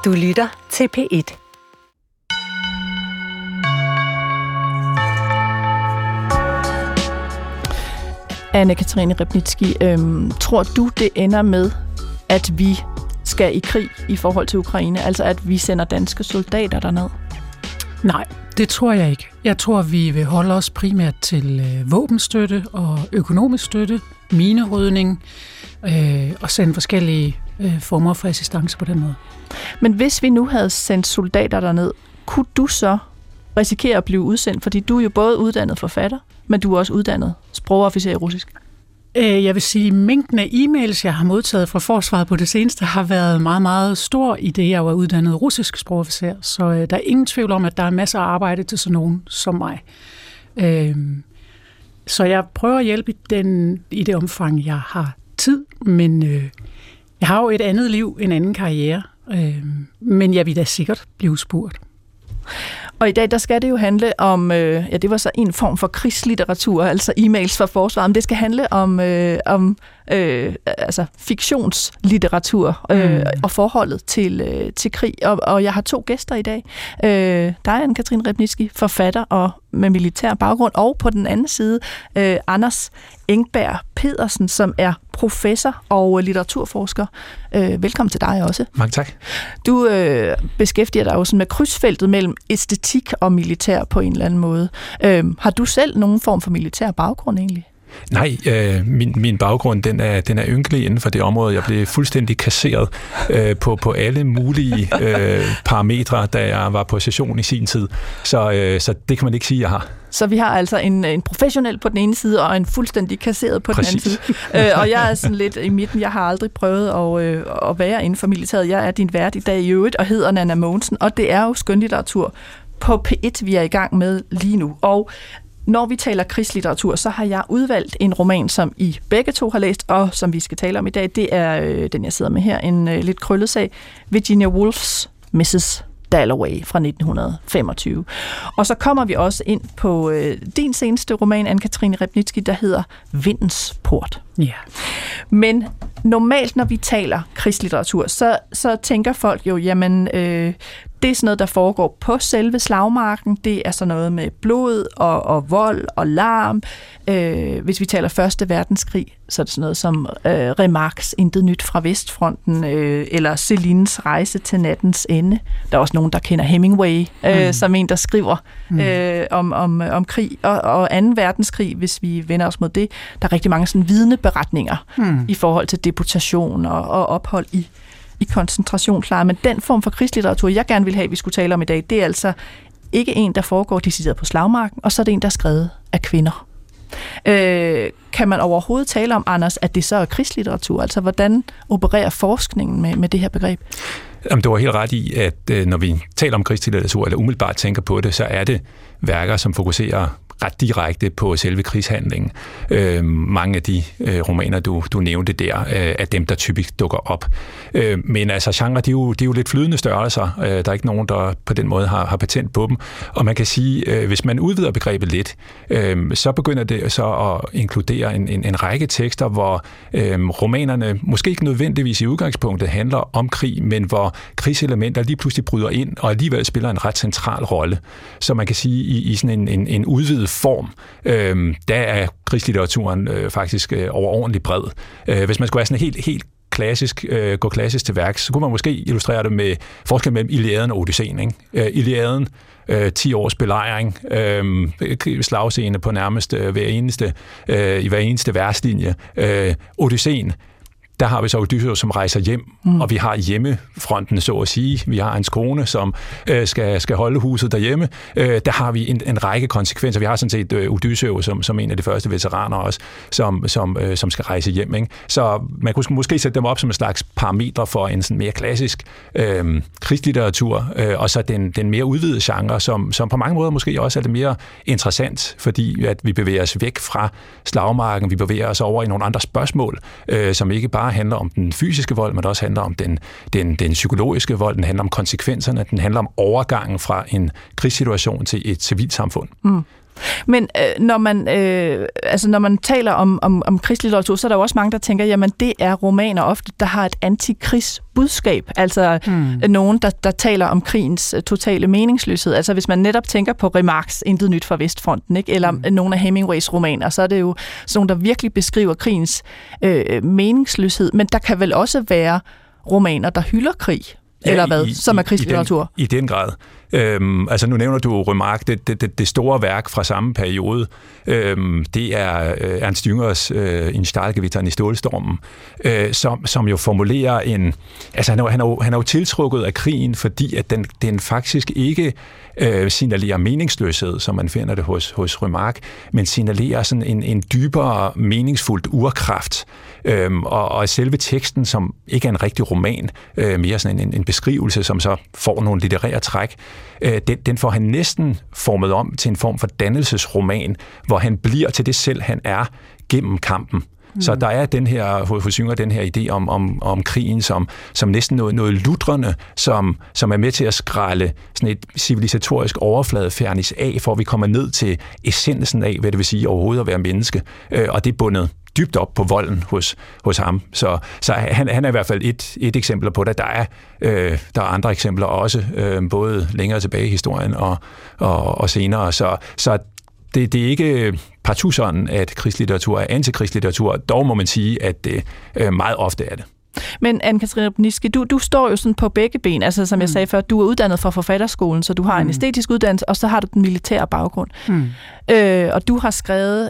Du lytter til P1. Anne-Cathrine Repnitski, tror du, det ender med, at vi skal i krig i forhold til Ukraine? Altså, at vi sender danske soldater derned? Nej, det tror jeg ikke. Jeg tror, vi vil holde os primært til våbenstøtte og økonomisk støtte, minerydning og sende forskellige former for assistance på den måde. Men hvis vi nu havde sendt soldater derned, kunne du så risikere at blive udsendt? Fordi du er jo både uddannet forfatter, men du er også uddannet sprogofficer i russisk. Jeg vil sige, at mængden af e-mails, jeg har modtaget fra forsvaret på det seneste, har været meget, meget stor i det, jeg var uddannet russisk sprogofficer. Så der er ingen tvivl om, at der er masser af arbejde til sådan nogen som mig. Så jeg prøver at hjælpe i det omfang, jeg har tid, men jeg har jo et andet liv, en anden karriere, men jeg vil da sikkert blive spurgt. Og i dag, der skal det jo handle om, det var så en form for krigslitteratur, altså e-mails fra forsvaret, men det skal handle om fiktionslitteratur og forholdet til krig. Og jeg har 2 gæster i dag. Der er Anne-Cathrine Repnitski, forfatter og med militær baggrund, og på den anden side Anders Engberg Pedersen, som er professor og litteraturforsker. Velkommen til dig også. Mange tak. Du beskæftiger dig jo sådan med krydsfeltet mellem æstetik og militær på en eller anden måde. Har du selv nogen form for militær baggrund egentlig? Nej, min baggrund den er ynkelig inden for det område. Jeg blev fuldstændig kasseret på alle mulige parametre, da jeg var på session i sin tid. Så det kan man ikke sige, jeg har. Så vi har altså en professionel på den ene side, og en fuldstændig kasseret på Præcis. Den anden side. Og jeg er sådan lidt i midten. Jeg har aldrig prøvet at være inden for militæret. Jeg er din vært i dag i øvrigt, og hedder Nanna Mogensen, og det er jo skønlitteratur på P1, vi er i gang med lige nu. Og når vi taler krigslitteratur, så har jeg udvalgt en roman, som I begge to har læst, og som vi skal tale om i dag. Det er den, jeg sidder med her, en lidt krøllet sag. Virginia Woolfs Mrs. Dalloway fra 1925. Og så kommer vi også ind på din seneste roman, Anne-Cathrine Repnitski, der hedder Vindens Port. Ja. Men normalt, når vi taler krigslitteratur, så tænker folk jo, jamen, det er sådan noget, der foregår på selve slagmarken. Det er sådan noget med blod og vold og larm. Hvis vi taler Første Verdenskrig, så er det sådan noget som Remarques Intet nyt fra Vestfronten, eller Céline's Rejse til nattens ende. Der er også nogen, der kender Hemingway, som en, der skriver om krig. Og 2. verdenskrig, hvis vi vender os mod det. Der er rigtig mange sådan vidneberetninger i forhold til deportation og ophold i koncentrationslejre. Men den form for krigslitteratur, jeg gerne vil have, vi skulle tale om i dag, det er altså ikke en, der foregår decideret på slagmarken, og så er det en, der er skrevet af kvinder. Kan man overhovedet tale om, Anders, at det så er krigslitteratur? Altså, hvordan opererer forskningen med det her begreb? Jamen, du har helt ret i, at når vi taler om krigslitteratur, eller umiddelbart tænker på det, så er det værker, som fokuserer ret direkte på selve krigshandlingen. Mange af de romaner, du nævnte der, er dem, der typisk dukker op. Men altså, genre, de er jo lidt flydende størrelser. Der er ikke nogen, der på den måde har patent på dem. Og man kan sige, hvis man udvider begrebet lidt, så begynder det så at inkludere en række tekster, hvor romanerne måske ikke nødvendigvis i udgangspunktet handler om krig, men hvor krigselementer lige pludselig bryder ind og alligevel spiller en ret central rolle. Så man kan sige, i sådan en udvidet form, der er krigslitteraturen faktisk overordentlig bred. Hvis man skulle være sådan helt klassisk, gå klassisk til værks, så kunne man måske illustrere det med forskellen mellem Iliaden og Odysseen. Ikke? Iliaden, 10 års belejring, slagscene på nærmest i hver eneste verslinje. Odysseen, der har vi så Odysseus, som rejser hjem, og vi har hjemmefronten, så at sige. Vi har hans kone, som skal holde huset derhjemme. Der har vi en række konsekvenser. Vi har sådan set Odysseus som en af de første veteraner også, som skal rejse hjem. Ikke? Så man kunne måske sætte dem op som en slags parametre for en sådan mere klassisk krigslitteratur, og så den mere udvidede genre, som på mange måder måske også er det mere interessant, fordi at vi bevæger os væk fra slagmarken, vi bevæger os over i nogle andre spørgsmål, som ikke bare handler om den fysiske vold, men det også handler om den psykologiske vold, den handler om konsekvenserne, den handler om overgangen fra en krigssituation til et civilsamfund. Men når man taler om krigslitteratur, så er der jo også mange, der tænker, jamen det er romaner ofte, der har et antikrigsbudskab. Altså nogen, der taler om krigens totale meningsløshed. Altså hvis man netop tænker på Remarques Intet nyt fra Vestfronten, ikke? Eller nogle af Hemingways romaner, så er det jo sådan nogle, der virkelig beskriver krigens meningsløshed. Men der kan vel også være romaner, der hylder krig, eller hvad, som er krigslitteratur? I den grad. Altså nu nævner du Remarque, det store værk fra samme periode, det er Ernst Jüngers En Stahlgewittern i Stålstormen, som jo formulerer altså han er jo tiltrukket af krigen, fordi at den faktisk ikke signalerer meningsløshed, som man finder det hos Remarque, men signalerer sådan en dybere, meningsfuldt urkraft, og selve teksten, som ikke er en rigtig roman, mere sådan en beskrivelse, som så får nogle litterære træk, den får han næsten formet om til en form for dannelsesroman, hvor han bliver til det selv, han er gennem kampen. Så der er den her, hos Jünger, den her idé om krigen som næsten noget lutrende, som er med til at skrælle sådan et civilisatorisk overfladefernis af, for at vi kommer ned til essensen af, hvad det vil sige overhovedet at være menneske. Og det er bundet dybt op på volden hos ham. Så han er i hvert fald et eksempel på det. Der er andre eksempler også, både længere tilbage i historien og senere. Så det er ikke partout sådan, at krigslitteratur er antikrigslitteratur. Dog må man sige, at det meget ofte er det. Men Anne-Katrine Brunitzky, du står jo sådan på begge ben. Altså som jeg sagde før, du er uddannet fra forfatterskolen, så du har en æstetisk uddannelse, og så har du den militære baggrund. Og du har skrevet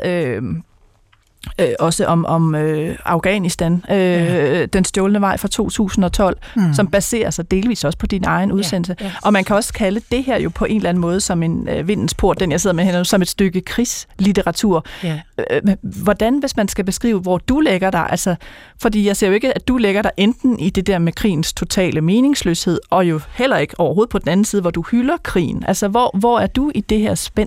også om Afghanistan, Den stjålne vej fra 2012, som baserer sig delvis også på din egen udsendelse. Og man kan også kalde det her jo på en eller anden måde som en vindens port, den jeg sidder med her, som et stykke krigslitteratur. Hvordan, hvis man skal beskrive, hvor du lægger dig, altså, fordi jeg ser jo ikke, at du lægger dig enten i det der med krigens totale meningsløshed, og jo heller ikke overhovedet på den anden side, hvor du hylder krigen. Altså, hvor er du i det her spænd?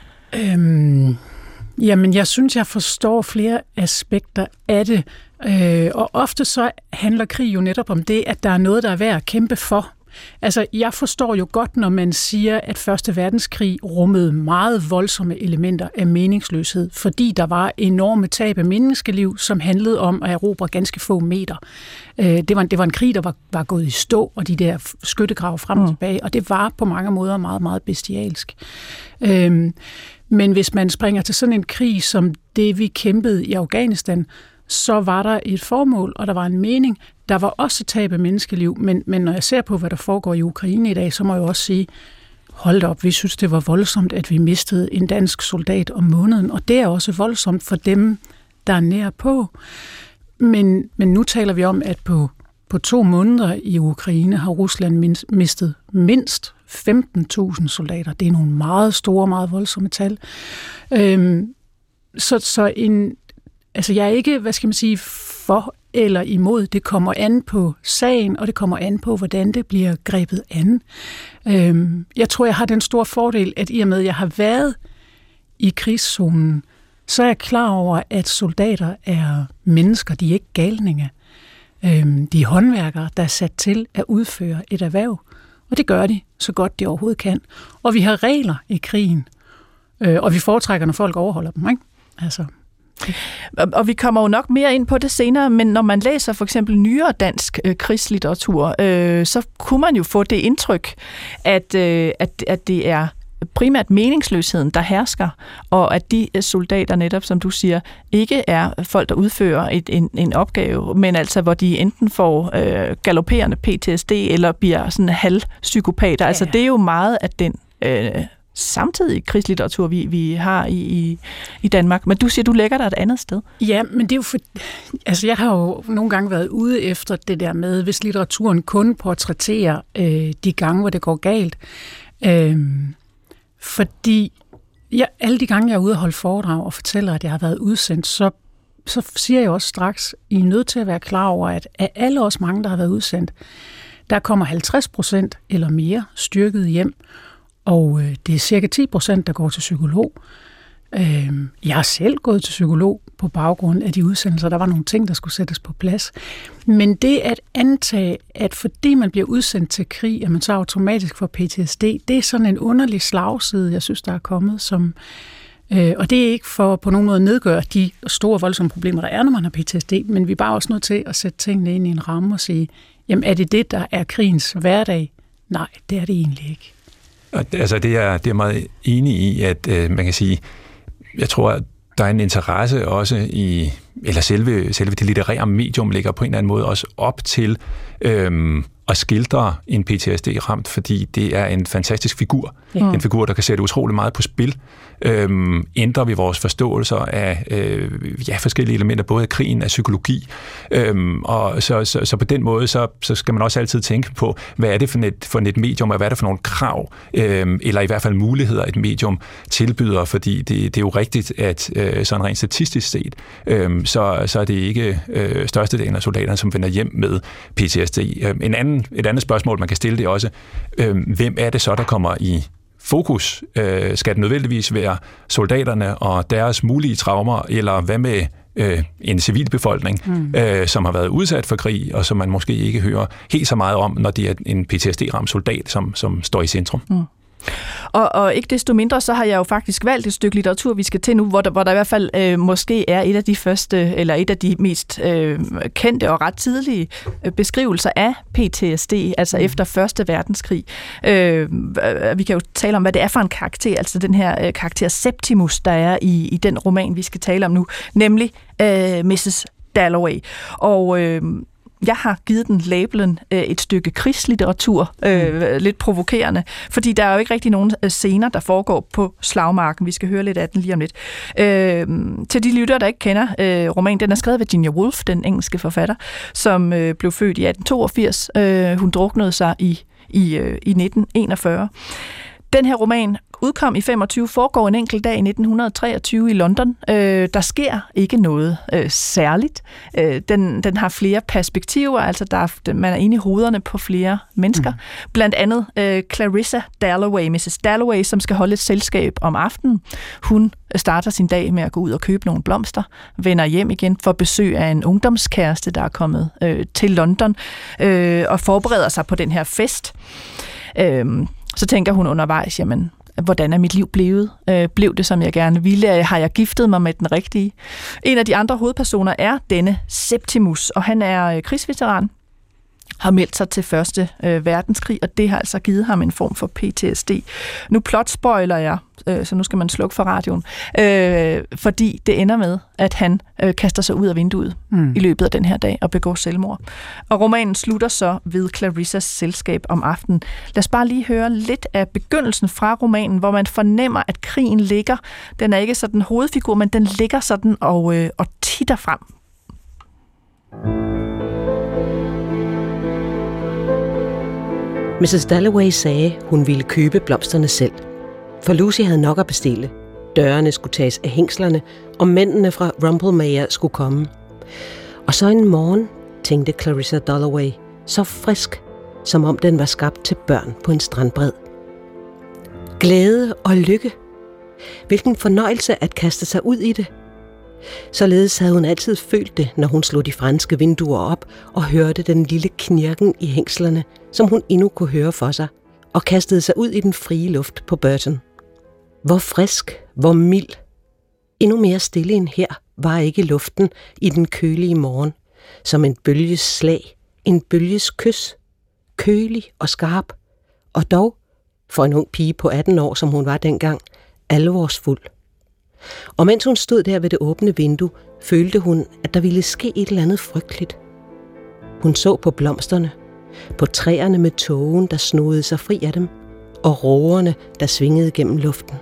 Jamen, jeg synes, jeg forstår flere aspekter af det. Og ofte så handler krig jo netop om det, at der er noget, der er værd at kæmpe for. Altså, jeg forstår jo godt, når man siger, at 1. verdenskrig rummede meget voldsomme elementer af meningsløshed, fordi der var enorme tab af menneskeliv, som handlede om at erobre ganske få meter. Det var en krig, der var gået i stå, og de der skyttegrave frem og tilbage, og det var på mange måder meget, meget bestialsk. Men hvis man springer til sådan en krig, som det vi kæmpede i Afghanistan, så var der et formål, og der var en mening. Der var også tab af menneskeliv, men når jeg ser på, hvad der foregår i Ukraine i dag, så må jeg også sige, hold op, vi synes, det var voldsomt, at vi mistede en dansk soldat om måneden, og det er også voldsomt for dem, der er nær på. Men nu taler vi om, at på 2 måneder i Ukraine har Rusland mistet mindst 15.000 soldater. Det er nogle meget store, meget voldsomme tal. Altså jeg er ikke, hvad skal man sige, for eller imod. Det kommer an på sagen, og det kommer an på, hvordan det bliver grebet an. Jeg tror, jeg har den store fordel, at i og med, at jeg har været i krigszonen, så er jeg klar over, at soldater er mennesker, de er ikke galninge. De er håndværkere, der er sat til at udføre et erhverv, og det gør de så godt de overhovedet kan. Og vi har regler i krigen, og vi foretrækker, når folk overholder dem, ikke? Altså. Og vi kommer jo nok mere ind på det senere, men når man læser for eksempel nyere dansk krigslitteratur, så kunne man jo få det indtryk, at det er primært meningsløsheden, der hersker, og at de soldater netop, som du siger, ikke er folk, der udfører en opgave, men altså, hvor de enten får galopperende PTSD, eller bliver sådan halvpsykopater. Altså, det er jo meget af den samtidig krigslitteratur, vi har i Danmark. Men du siger, du lægger dig et andet sted. Ja, men det er jo altså, jeg har jo nogle gange været ude efter det der med, hvis litteraturen kun portrætterer de gange, hvor det går galt. Fordi alle de gange, jeg er ude og holde foredrag og fortæller, at jeg har været udsendt, så siger jeg også straks, I er nødt til at være klar over, at af alle os mange, der har været udsendt, der kommer 50% eller mere styrket hjem, og det er cirka 10%, der går til psykolog. Jeg har selv gået til psykolog på baggrund af de udsendelser. Der var nogle ting, der skulle sættes på plads. Men det at antage, at fordi man bliver udsendt til krig, at man så automatisk får PTSD, det er sådan en underlig slagside, jeg synes, der er kommet, Og det er ikke for på nogen måde at nedgøre de store, voldsomme problemer, der er, når man har PTSD, men vi er bare også nødt til at sætte tingene ind i en ramme og sige, jamen er det, der er krigens hverdag? Nej, det er det egentlig ikke. Altså, det er meget enig i, at man kan sige, jeg tror, at der er en interesse også i, eller selve det litterære medium ligger på en eller anden måde også op til at skildre en PTSD-ramt, fordi det er en fantastisk figur. Ja. En figur, der kan sætte utrolig meget på spil. Ændrer vi vores forståelser af forskellige elementer, både af krigen, af psykologi. Og så på den måde, så skal man også altid tænke på, hvad er det for et medium, og hvad er det for nogle krav, eller i hvert fald muligheder, et medium tilbyder, fordi det er jo rigtigt, at sådan rent statistisk set, så er det ikke størstedelen af soldaterne, som vender hjem med PTSD. Et andet spørgsmål, man kan stille, det er også, hvem er det så, der kommer i fokus? Skal det nødvendigvis være soldaterne og deres mulige traumer, eller hvad med en civilbefolkning, som har været udsat for krig, og som man måske ikke hører helt så meget om, når det er en PTSD-ramt soldat, som står i centrum? Og ikke desto mindre, så har jeg jo faktisk valgt et stykke litteratur, vi skal til nu, hvor der i hvert fald måske er et af de første, eller et af de mest kendte og ret tidlige beskrivelser af PTSD, altså efter Første Verdenskrig. Vi kan jo tale om, hvad det er for en karakter, altså den her karakter Septimus, der er i den roman, vi skal tale om nu, nemlig Mrs. Dalloway. Og jeg har givet den labelen et stykke krigslitteratur, lidt provokerende, fordi der er jo ikke rigtig nogen scener, der foregår på slagmarken. Vi skal høre lidt af den lige om lidt. Til de lyttere, der ikke kender romanen, den er skrevet af Virginia Woolf, den engelske forfatter, som blev født i 1882. Hun druknede sig i 1941. Den her roman udkom i 25, foregår en enkelt dag i 1923 i London. Der sker ikke noget særligt. Den har flere perspektiver, altså man er inde i hovederne på flere mennesker. Blandt andet Clarissa Dalloway, Mrs. Dalloway, som skal holde et selskab om aftenen. Hun starter sin dag med at gå ud og købe nogle blomster, vender hjem igen for besøg af en ungdomskæreste, der er kommet til London, og forbereder sig på den her fest. Så tænker hun undervejs, jamen, hvordan er mit liv blevet? Blev det, som jeg gerne ville? Har jeg giftet mig med den rigtige? En af de andre hovedpersoner er denne Septimus, og han er krigsveteran, har meldt sig til Første Verdenskrig, og det har altså givet ham en form for PTSD. Nu plot-spoiler jeg, så nu skal man slukke for radioen, fordi det ender med, at han kaster sig ud af vinduet i løbet af den her dag og begår selvmord. Og romanen slutter så ved Clarissas selskab om aftenen. Lad os bare lige høre lidt af begyndelsen fra romanen, hvor man fornemmer, at krigen ligger. Den er ikke sådan hovedfigur, men den ligger sådan og titter frem. Mrs. Dalloway sagde, hun ville købe blomsterne selv. For Lucy havde nok at bestille. Dørene skulle tages af hængslerne, og mændene fra Rumpelmager skulle komme. Og så en morgen, tænkte Clarissa Dalloway, så frisk, som om den var skabt til børn på en strandbred. Glæde og lykke. Hvilken fornøjelse at kaste sig ud i det. Således havde hun altid følt det, når hun slog de franske vinduer op og hørte den lille knirken i hængslerne, som hun endnu kunne høre for sig, og kastede sig ud i den frie luft på Burton. Hvor frisk, hvor mild. Endnu mere stille end her var ikke luften i den kølige morgen, som en bølges slag, en bølges kys, kølig og skarp, og dog, for en ung pige på 18 år, som hun var dengang, alvorsfuld. Og mens hun stod der ved det åbne vindue, følte hun, at der ville ske et eller andet frygteligt. Hun så på blomsterne, på træerne med tågen, der snodede sig fri af dem, og rågerne, der svingede gennem luften.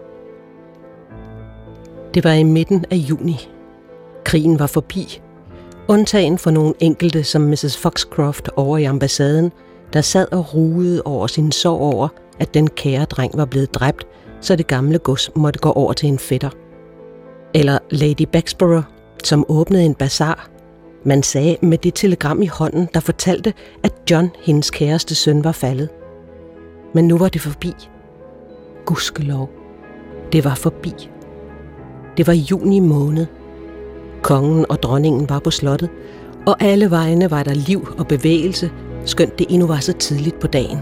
Det var i midten af juni. Krigen var forbi, undtagen for nogle enkelte som Mrs. Foxcroft over i ambassaden, der sad og rugede over sin sorg over, at den kære dreng var blevet dræbt, så det gamle gods måtte gå over til en fætter. Eller Lady Bexborough, som åbnede en bazar. Man sagde med det telegram i hånden, der fortalte, at John, hendes kæreste søn, var faldet. Men nu var det forbi. Gudskelov. Det var forbi. Det var juni måned. Kongen og dronningen var på slottet, og alle vegne var der liv og bevægelse, skønt det endnu var så tidligt på dagen.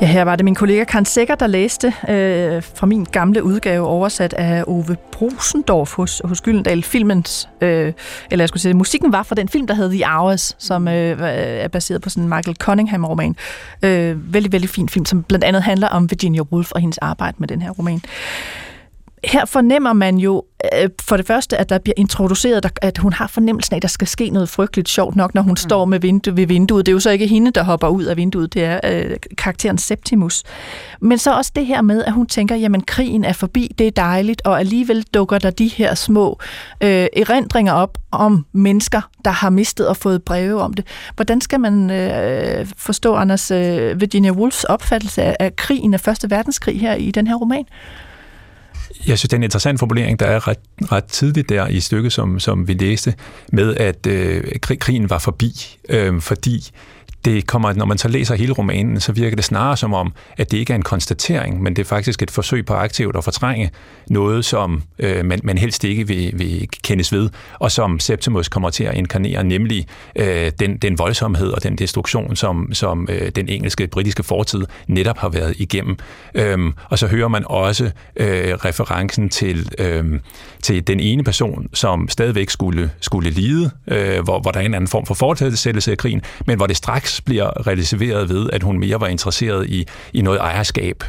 Ja, her var det min kollega Karen Secher, der læste fra min gamle udgave, oversat af Ove Brusendorf hos Gyldendal. Filmens, eller jeg skulle sige, musikken var fra den film, der hed The Hours, som er baseret på sådan en Michael Cunningham-roman. Vældig, vældig fin film, som blandt andet handler om Virginia Woolf og hendes arbejde med den her roman. Her fornemmer man jo for det første, at der bliver introduceret, at hun har fornemmelsen af, at der skal ske noget frygteligt sjovt nok, når hun står ved vinduet. Det er jo så ikke hende, der hopper ud af vinduet, det er karakteren Septimus. Men så også det her med, at hun tænker, jamen krigen er forbi, det er dejligt, og alligevel dukker der de her små erindringer op om mennesker, der har mistet og fået breve om det. Hvordan skal man forstå, Anders, Virginia Woolfs opfattelse af krigen af 1. verdenskrig her i den her roman? Jeg synes, det er en interessant formulering, der er ret tidligt der i stykket, som vi læste, med at krigen var forbi, fordi det kommer, når man så læser hele romanen, så virker det snarere som om, at det ikke er en konstatering, men det er faktisk et forsøg på aktivt at fortrænge noget, som man helst ikke vil kendes ved, og som Septimus kommer til at inkarnere, nemlig den voldsomhed og den destruktion, som den britiske fortid netop har været igennem. Og så hører man også referencen til den ene person, som stadigvæk skulle lide, hvor der er en anden form for fortsættelse af krigen, men hvor det straks bliver relativeret ved, at hun mere var interesseret i noget ejerskab.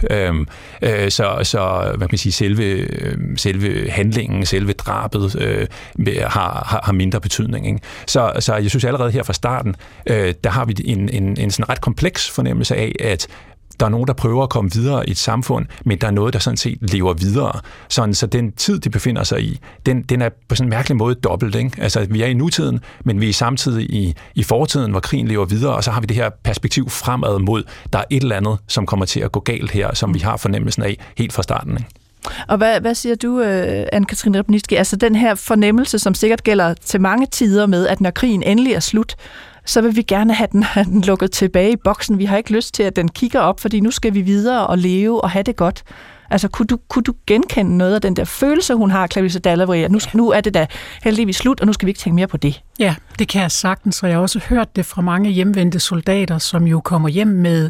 Så hvad kan man sige, selve handlingen, selve drabet har mindre betydning. Ikke? Så jeg synes allerede her fra starten, der har vi en sådan ret kompleks fornemmelse af, at der er nogen, der prøver at komme videre i et samfund, men der er noget, der sådan set lever videre. Så den tid, de befinder sig i, den er på sådan en mærkelig måde dobbelt. Ikke? Altså, vi er i nutiden, men vi er samtidig i fortiden, hvor krigen lever videre, og så har vi det her perspektiv fremad mod, der er et eller andet, som kommer til at gå galt her, som vi har fornemmelsen af helt fra starten. Ikke? Og hvad siger du, Anne-Katrine Repnitzky? Altså den her fornemmelse, som sikkert gælder til mange tider med, at når krigen endelig er slut, så vil vi gerne have den lukket tilbage i boksen. Vi har ikke lyst til, at den kigger op, fordi nu skal vi videre og leve og have det godt. Altså, kunne du genkende noget af den der følelse, hun har, Clarissa Dalloway, at nu er det da heldigvis slut, og nu skal vi ikke tænke mere på det? Ja, det kan jeg sagtens, og jeg har også hørt det fra mange hjemvendte soldater, som jo kommer hjem med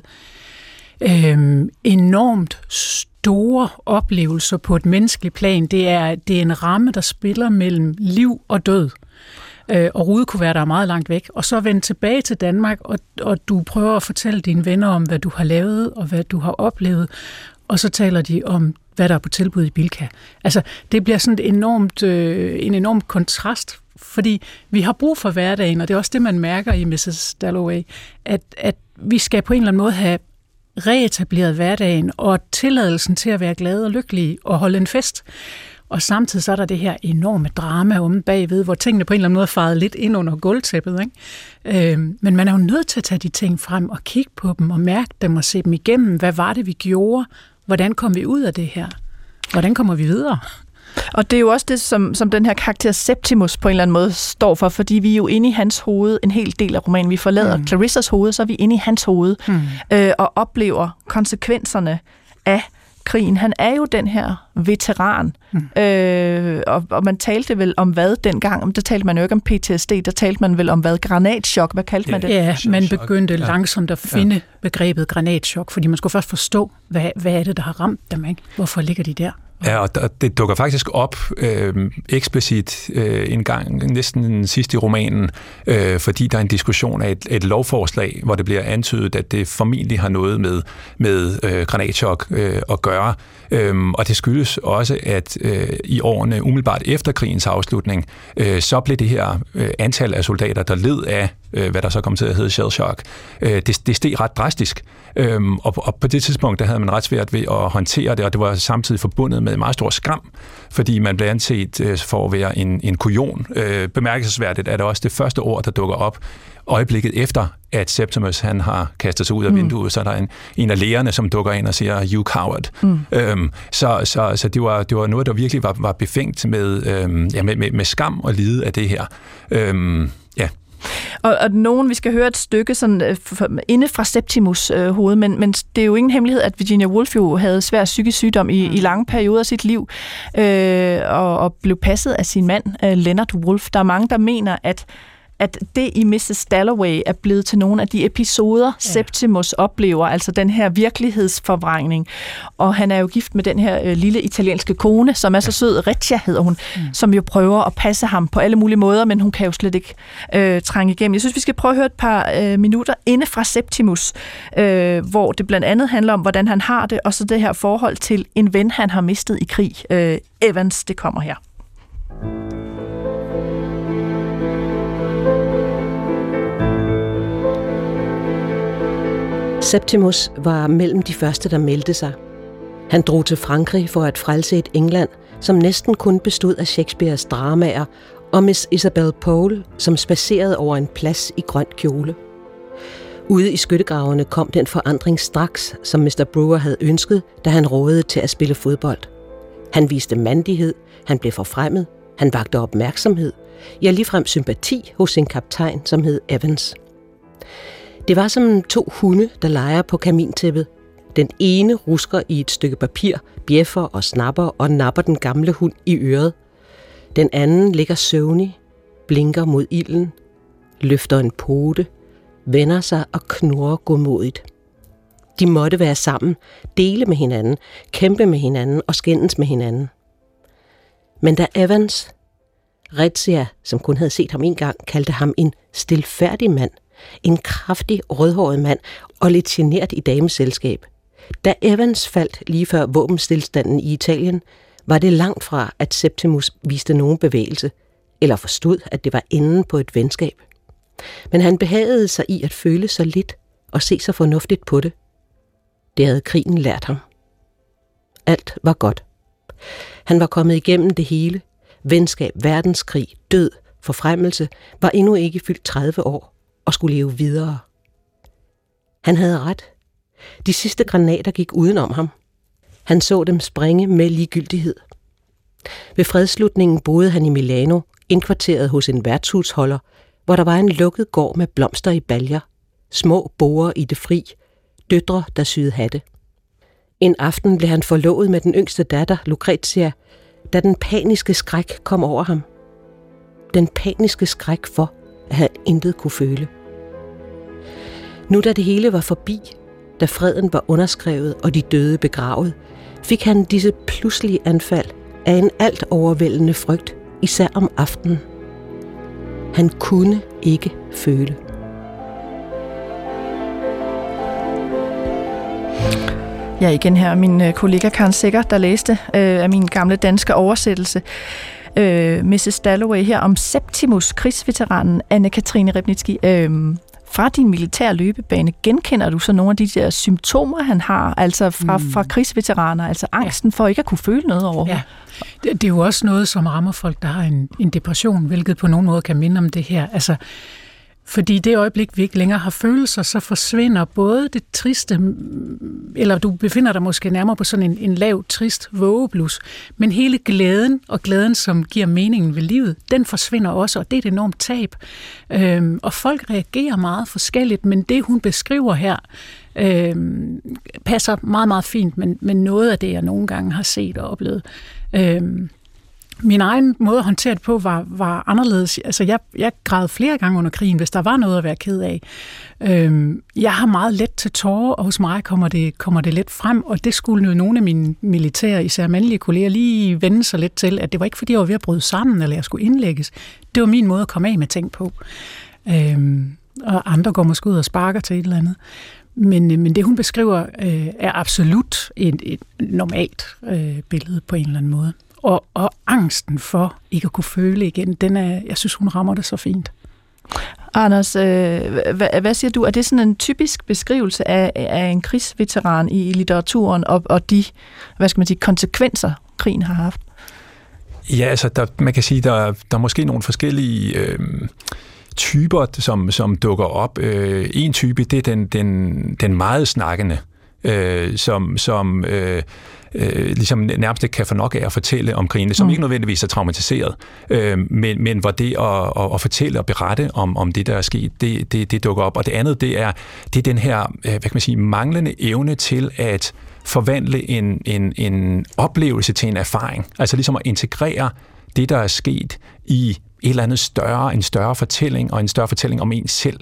enormt store oplevelser på et menneskeligt plan. Det er en ramme, der spiller mellem liv og død. Og rudekuverter er meget langt væk, og så vende tilbage til Danmark, og du prøver at fortælle dine venner om, hvad du har lavet, og hvad du har oplevet, og så taler de om, hvad der er på tilbud i Bilka. Altså, det bliver sådan en enorm kontrast, fordi vi har brug for hverdagen, og det er også det, man mærker i Mrs. Dalloway, at vi skal på en eller anden måde have reetableret hverdagen, og tilladelsen til at være glade og lykkelige, og holde en fest. Og samtidig så er der det her enorme drama omme bagved, hvor tingene på en eller anden måde er faret lidt ind under gulvtæppet. Ikke? Men man er jo nødt til at tage de ting frem og kigge på dem og mærke dem og se dem igennem. Hvad var det, vi gjorde? Hvordan kom vi ud af det her? Hvordan kommer vi videre? Og det er jo også det, som den her karakter Septimus på en eller anden måde står for, fordi vi er jo inde i hans hoved en hel del af romanen. Vi forlader Clarissas hoved, så er vi inde i hans hoved og oplever konsekvenserne af krigen. Han er jo den her veteran, og man talte vel om hvad dengang? Der talte man jo ikke om PTSD, der talte man vel om hvad? Granatschok, hvad kaldte man det? Ja, man begyndte langsomt at finde begrebet granatschok, fordi man skulle først forstå, hvad er det, der har ramt dem, ikke? Hvorfor ligger de der? Ja, og det dukker faktisk op eksplicit en gang, næsten sidst i romanen, fordi der er en diskussion af et lovforslag, hvor det bliver antydet, at det formentlig har noget med granatschok at gøre. Og det skyldes også, at i årene umiddelbart efter krigens afslutning, så blev det her antal af soldater, der led af, hvad der så kom til at hedde shell shock, det steg ret drastisk. Og på det tidspunkt, der havde man ret svært ved at håndtere det, og det var samtidig forbundet med en meget stor skam, fordi man blev anset for at være en kujon. Bemærkelsesværdigt er det også det første ord, der dukker op øjeblikket efter, at Septimus han har kastet sig ud af vinduet, så er der en af lægerne, som dukker ind og siger, you coward. Så det var noget, der virkelig var befængt med skam og lide af det her. Ja. Og nogen, vi skal høre et stykke sådan, inde fra Septimus hoved, men det er jo ingen hemmelighed, at Virginia Woolf jo havde svær psykisk sygdom i lange perioder af sit liv, og blev passet af sin mand, Leonard Woolf. Der er mange, der mener, at at det i Mrs. Dalloway er blevet til nogle af de episoder, Septimus oplever, altså den her virkelighedsforvrængning. Og han er jo gift med den her lille italienske kone, som er så sød, Reccia hedder hun, som jo prøver at passe ham på alle mulige måder, men hun kan jo slet ikke trænge igennem. Jeg synes, vi skal prøve at høre et par minutter inde fra Septimus, hvor det blandt andet handler om, hvordan han har det, og så det her forhold til en ven, han har mistet i krig. Evans, det kommer her. Septimus var mellem de første, der meldte sig. Han drog til Frankrig for at frelse et England, som næsten kun bestod af Shakespeares dramaer, og Miss Isabel Pole, som spacerede over en plads i grøn kjole. Ude i skyttegravene kom den forandring straks, som Mr. Brewer havde ønsket, da han rådede til at spille fodbold. Han viste mandighed, han blev forfremmet, han vakte opmærksomhed, ja ligefrem sympati hos sin kaptajn, som hed Evans. Det var som 2 hunde, der leger på kamintæppet. Den ene rusker i et stykke papir, bjeffer og snapper og napper den gamle hund i øret. Den anden ligger søvnig, blinker mod ilden, løfter en pote, vender sig og knurrer godmodigt. De måtte være sammen, dele med hinanden, kæmpe med hinanden og skændes med hinanden. Men da Evans, Reccia, som kun havde set ham en gang, kaldte ham en stilfærdig mand, en kraftig, rødhåret mand og lidt genert i dameselskab. Da Evans faldt lige før våbenstilstanden i Italien, var det langt fra, at Septimus viste nogen bevægelse, eller forstod, at det var enden på et venskab. Men han behagede sig i at føle så lidt og se så fornuftigt på det. Det havde krigen lært ham. Alt var godt. Han var kommet igennem det hele. Venskab, verdenskrig, død, forfremmelse, var endnu ikke fyldt 30 år og skulle leve videre. Han havde ret. De sidste granater gik udenom ham. Han så dem springe med ligegyldighed. Ved fredsslutningen boede han i Milano, indkvarteret hos en værtshusholder, hvor der var en lukket gård med blomster i baljer, små boer i det fri, døtre, der syede hatte. En aften blev han forlovet med den yngste datter, Lucrezia, da den paniske skræk kom over ham. Den paniske skræk for, at han intet kunne føle. Nu da det hele var forbi, da freden var underskrevet og de døde begravet, fik han disse pludselige anfald af en alt overvældende frygt, især om aftenen. Han kunne ikke føle. Ja, igen her min kollega Karen Sækker, der læste af min gamle danske oversættelse. Mrs. Dalloway her om Septimus, krigsveteranen Anne-Katrine Repnitski. Fra din militære løbebane, genkender du så nogle af de der symptomer, han har, altså fra krigsveteraner, altså angsten for ikke at kunne føle noget overhovedet? Ja, det er jo også noget, som rammer folk, der har en depression, hvilket på nogen måde kan minde om det her. Altså, fordi det øjeblik, vi ikke længere har følelser, så forsvinder både det triste, eller du befinder dig måske nærmere på sådan en lav, trist vågeblus, men hele glæden, og glæden, som giver meningen ved livet, den forsvinder også, og det er et enormt tab. Og folk reagerer meget forskelligt, men det, hun beskriver her, passer meget, meget fint, men noget af det, jeg nogle gange har set og oplevet. Min egen måde at håndtere det på var anderledes. Altså, jeg græd flere gange under krigen, hvis der var noget at være ked af. Jeg har meget let til tårer, og hos mig kommer det let frem, og det skulle jo nogle af mine militære, især mandlige kolleger, lige vende sig lidt til, at det var ikke, fordi jeg var ved at bryde sammen, eller jeg skulle indlægges. Det var min måde at komme af med ting på. Og andre går måske ud og sparker til et eller andet. Men det, hun beskriver, er absolut et normalt billede på en eller anden måde. Og angsten for ikke at kunne føle igen, jeg synes, hun rammer det så fint. Anders, hvad siger du? Er det sådan en typisk beskrivelse af en krigsveteran i litteraturen og de, konsekvenser, krigen har haft? Ja, altså, man kan sige, der er måske nogle forskellige typer, som dukker op. En type, det er den meget snakkende, som ligesom nærmest ikke kan få nok af at fortælle om krigen, som ikke nødvendigvis er traumatiseret, men hvor det at fortælle og berette om det, der er sket, det dukker op. Og det andet, det er den her, manglende evne til at forvandle en oplevelse til en erfaring. Altså ligesom at integrere det, der er sket i et eller andet større, en større fortælling, og en større fortælling om en selv.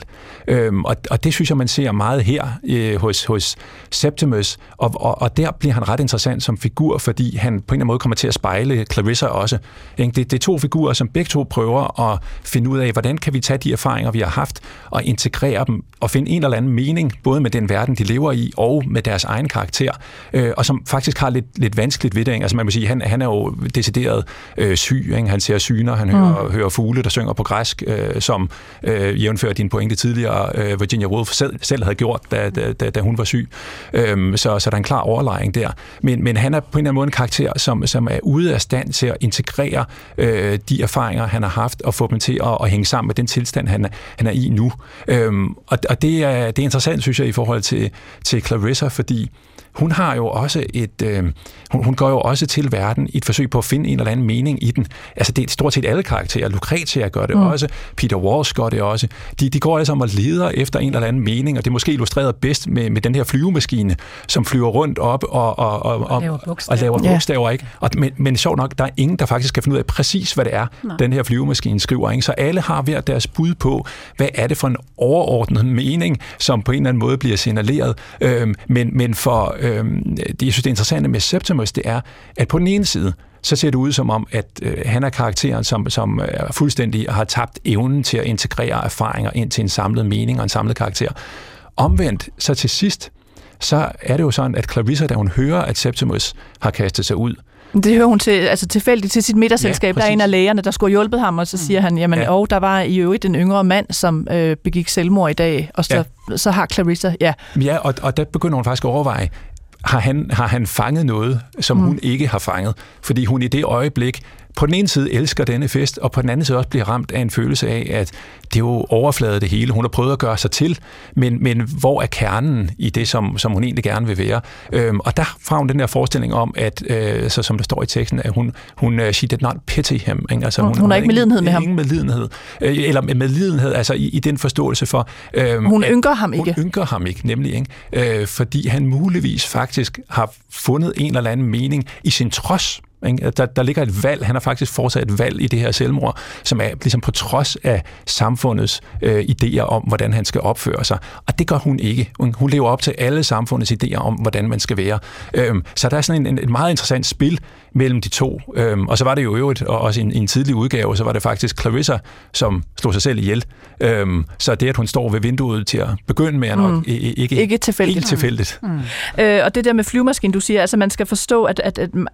Og det synes jeg, man ser meget her hos Septimus, og der bliver han ret interessant som figur, fordi han på en eller anden måde kommer til at spejle Clarissa også. Det er to figurer, som begge to prøver at finde ud af, hvordan kan vi tage de erfaringer, vi har haft, og integrere dem, og finde en eller anden mening, både med den verden, de lever i, og med deres egen karakter, og som faktisk har lidt vanskeligt ved det. Altså man må sige, han er jo decideret syg. Ikke? Han ser syner, han hører fugle, der synger på græsk, som jævnfører din pointe tidligere, Virginia Woolf selv havde gjort, da hun var syg. Så der er en klar overlejring der. Men han er på en eller anden måde en karakter, som er ude af stand til at integrere de erfaringer, han har haft, og få dem til at hænge sammen med den tilstand, han er i nu. Og det er interessant, synes jeg, i forhold til Clarissa, fordi hun har jo også hun går jo også til verden i et forsøg på at finde en eller anden mening i den. Altså det er stort set alle karakterer. Lucretia gør det også. Peter Walsh gør det også. De går alle sammen og leder efter en eller anden mening, og det er måske illustreret bedst med den her flyvemaskine, som flyver rundt op og laver bogstaver. Ikke? Men sjovt nok, der er ingen, der faktisk kan finde ud af præcis, hvad det er, den her flyvemaskine skriver. Ikke? Så alle har hver deres bud på, hvad er det for en overordnet mening, som på en eller anden måde bliver signaleret. Men for det, jeg synes, det interessante med Septimus, det er, at på den ene side, så ser det ud som om, at han er karakteren, som fuldstændig har tabt evnen til at integrere erfaringer ind til en samlet mening og en samlet karakter. Omvendt, så til sidst, så er det jo sådan, at Clarissa, da hun hører, at Septimus har kastet sig ud, det hører hun tilfældigt til sit middagsselskab. Der er en af lægerne, der skulle have hjulpet ham, og så siger han, jamen, der var i øvrigt en yngre mand, som begik selvmord i dag, og så har Clarissa, Ja, og der begynder hun faktisk at overveje, har han fanget noget, som hun ikke har fanget? Fordi hun i det øjeblik på den ene side elsker denne fest, og på den anden side også bliver ramt af en følelse af, at det er jo overfladet det hele. Hun har prøvet at gøre sig til, men hvor er kernen i det, som hun egentlig gerne vil være? Og der får hun den der forestilling om, at så som der står i teksten, at hun she did not pity him. Ikke? Altså, hun har ikke medlidenhed med ham. Ingen medlidenhed. Eller medlidenhed, altså i den forståelse for... hun ynker ham ikke. Hun ynker ham ikke, nemlig. Ikke? Fordi han muligvis faktisk har fundet en eller anden mening i sin trods. Der ligger et valg, han har faktisk fortsat et valg i det her selvmord, som er ligesom på trods af samfundets idéer om, hvordan han skal opføre sig. Og det gør hun ikke. Hun lever op til alle samfundets idéer om, hvordan man skal være. Så der er sådan et meget interessant spil mellem de to. Og så var det jo øvrigt, og også i en tidlig udgave, så var det faktisk Clarissa, som slog sig selv ihjel. Så det, at hun står ved vinduet til at begynde med, er nok ikke tilfældigt. Helt tilfældigt. Og det der med flyvemaskinen, du siger, altså man skal forstå, at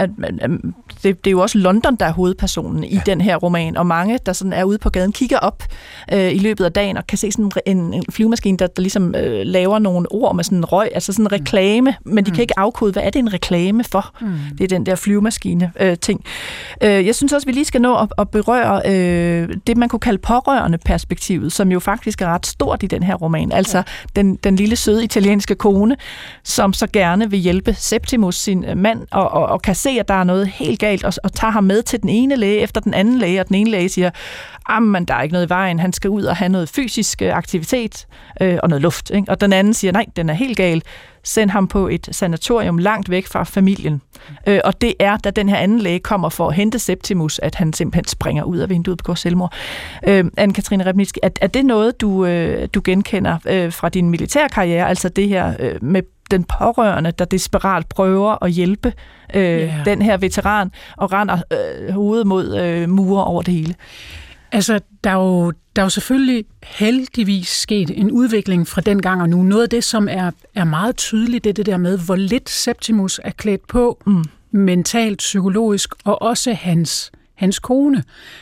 det er jo også London, der er hovedpersonen i den her roman, og mange, der sådan er ude på gaden, kigger op i løbet af dagen og kan se sådan en flyvemaskine, der ligesom laver nogle ord med sådan en røg, altså sådan en reklame, men de kan ikke afkode, hvad er det en reklame for? Det er den der flyvemaskine-ting. Jeg synes også, vi lige skal nå at berøre det, man kunne kalde pårørende perspektivet, som jo faktisk er ret stort i den her roman. Altså den lille søde italienske kone, som så gerne vil hjælpe Septimus, sin mand, og kan se, at der er noget helt galt, og tager ham med til den ene læge efter den anden læge, og den ene læge siger, men der er ikke noget i vejen, han skal ud og have noget fysisk aktivitet og noget luft. Ikke? Og den anden siger, nej, den er helt gal. Send ham på et sanatorium langt væk fra familien. Og det er, da den her anden læge kommer for at hente Septimus, at han simpelthen springer ud af vinduet og begår selvmord. Anne-Katrine Repnitzky, er det noget, du genkender fra din militærkarriere, altså det her med den pårørende, der desperat prøver at hjælpe den her veteran og render hovedet mod mure over det hele? Altså, der er jo selvfølgelig heldigvis sket en udvikling fra den gang og nu. Noget af det, som er meget tydeligt, det er det der med, hvor lidt Septimus er klædt på mentalt, psykologisk, og også hans kone.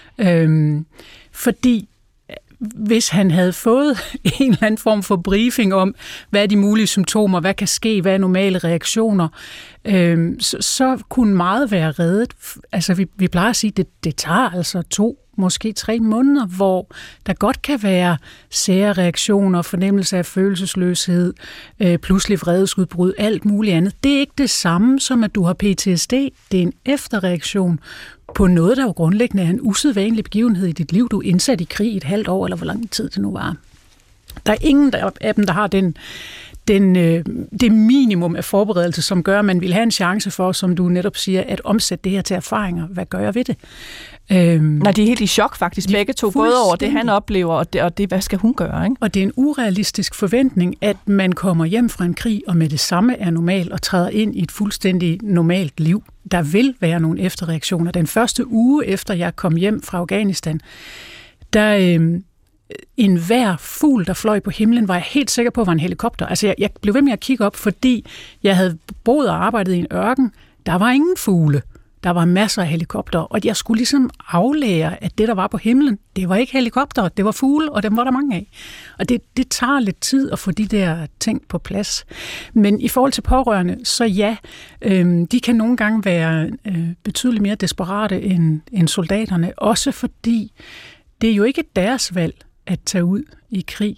Fordi hvis han havde fået en eller anden form for briefing om, hvad er de mulige symptomer, hvad kan ske, hvad er normale reaktioner, så kunne meget være reddet. Altså, vi plejer at sige, at det tager altså 2, måske 3 måneder, hvor der godt kan være sære reaktioner, fornemmelse af følelsesløshed, pludselig vredesudbrud, alt muligt andet. Det er ikke det samme som, at du har PTSD. Det er en efterreaktion på noget, der jo grundlæggende er en usædvanlig begivenhed i dit liv. Du er indsat i krig i et halvt år, eller hvor lang tid det nu var. Der er ingen af dem, der har det minimum af forberedelse, som gør, at man vil have en chance for, som du netop siger, at omsætte det her til erfaringer. Hvad gør jeg ved det? Nej, de er helt i chok faktisk, begge to, både over det, han oplever, og det, hvad skal hun gøre? Ikke? Og det er en urealistisk forventning, at man kommer hjem fra en krig, og med det samme er normal, og træder ind i et fuldstændig normalt liv. Der vil være nogle efterreaktioner. Den første uge efter jeg kom hjem fra Afghanistan, der enhver fugl, der fløj på himlen, var jeg helt sikker på, var en helikopter. Altså jeg blev ved med at kigge op, fordi jeg havde boet og arbejdet i en ørken. Der var ingen fugle. Der var masser af helikopter, og jeg skulle ligesom aflære, at det, der var på himlen, det var ikke helikopter, det var fugle, og dem var der mange af. Og det tager lidt tid at få de der ting på plads. Men i forhold til pårørende, så ja, de kan nogle gange være betydeligt mere desperate end soldaterne, også fordi det er jo ikke deres valg at tage ud i krig.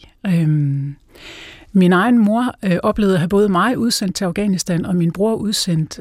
Min egen mor oplevede at have både mig udsendt til Afghanistan, og min bror udsendt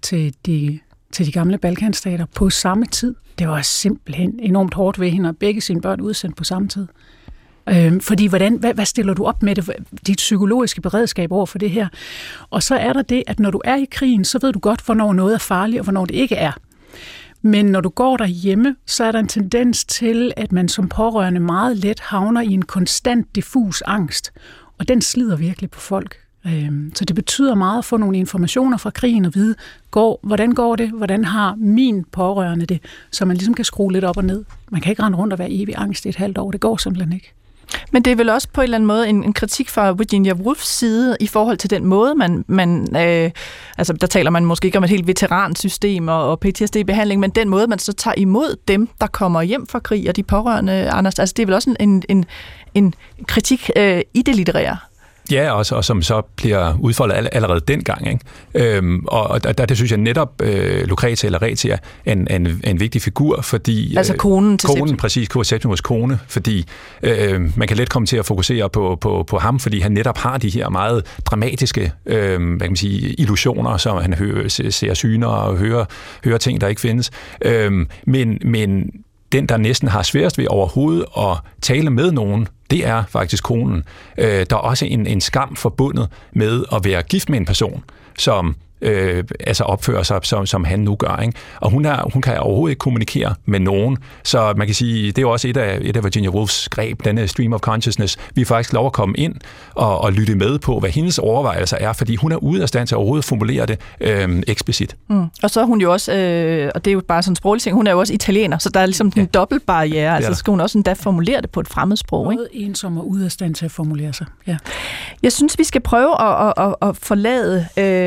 til de gamle Balkanstater på samme tid. Det var simpelthen enormt hårdt ved hende, og begge sine børn udsendt på samme tid. Fordi hvad stiller du op med det, dit psykologiske beredskab over for det her? Og så er der det, at når du er i krigen, så ved du godt, hvornår noget er farligt, og hvornår det ikke er. Men når du går derhjemme, så er der en tendens til, at man som pårørende meget let havner i en konstant diffus angst. Og den slider virkelig på folk. Så det betyder meget at få nogle informationer fra krigen og vide, hvordan går det, hvordan har min pårørende det, så man ligesom kan skrue lidt op og ned. Man kan ikke rende rundt og være evig angst i et halvt år, det går simpelthen ikke. Men det er vel også på en eller anden måde en kritik fra Virginia Woolfs side i forhold til den måde, altså der taler man måske ikke om et helt veteransystem og PTSD-behandling, men den måde, man så tager imod dem, der kommer hjem fra krig og de pårørende, Anders, altså det er vel også en kritik i det litterære. Ja, og som så bliver udfoldet allerede dengang. Ikke? Og der synes jeg netop, Lucretia eller Retia er en vigtig figur, fordi... Altså konen til Septimus. Præcis, Septimus' kone, fordi man kan let komme til at fokusere på ham, fordi han netop har de her meget dramatiske hvad kan man sige, illusioner, som han ser syner og hører ting, der ikke findes. Men den, der næsten har sværest ved overhovedet at tale med nogen, det er faktisk konen. Der er også en skam forbundet med at være gift med en person, som opfører sig, som han nu gør. Ikke? Og hun kan overhovedet ikke kommunikere med nogen. Så man kan sige, det er også et af Virginia Woolfs greb, denne stream of consciousness. Vi er faktisk lov at komme ind og lytte med på, hvad hendes overvejelser er, fordi hun er ude af stand til at overhovedet formulere det eksplicit. Og så er hun jo også, og det er jo bare sådan en sproglig ting, hun er jo også italiener, så der er ligesom en dobbelt barriere. Altså skal hun også endda formulere det på et fremmedsprog. Både ensom og ude af stand til at formulere sig. Ja. Jeg synes, vi skal prøve at forlade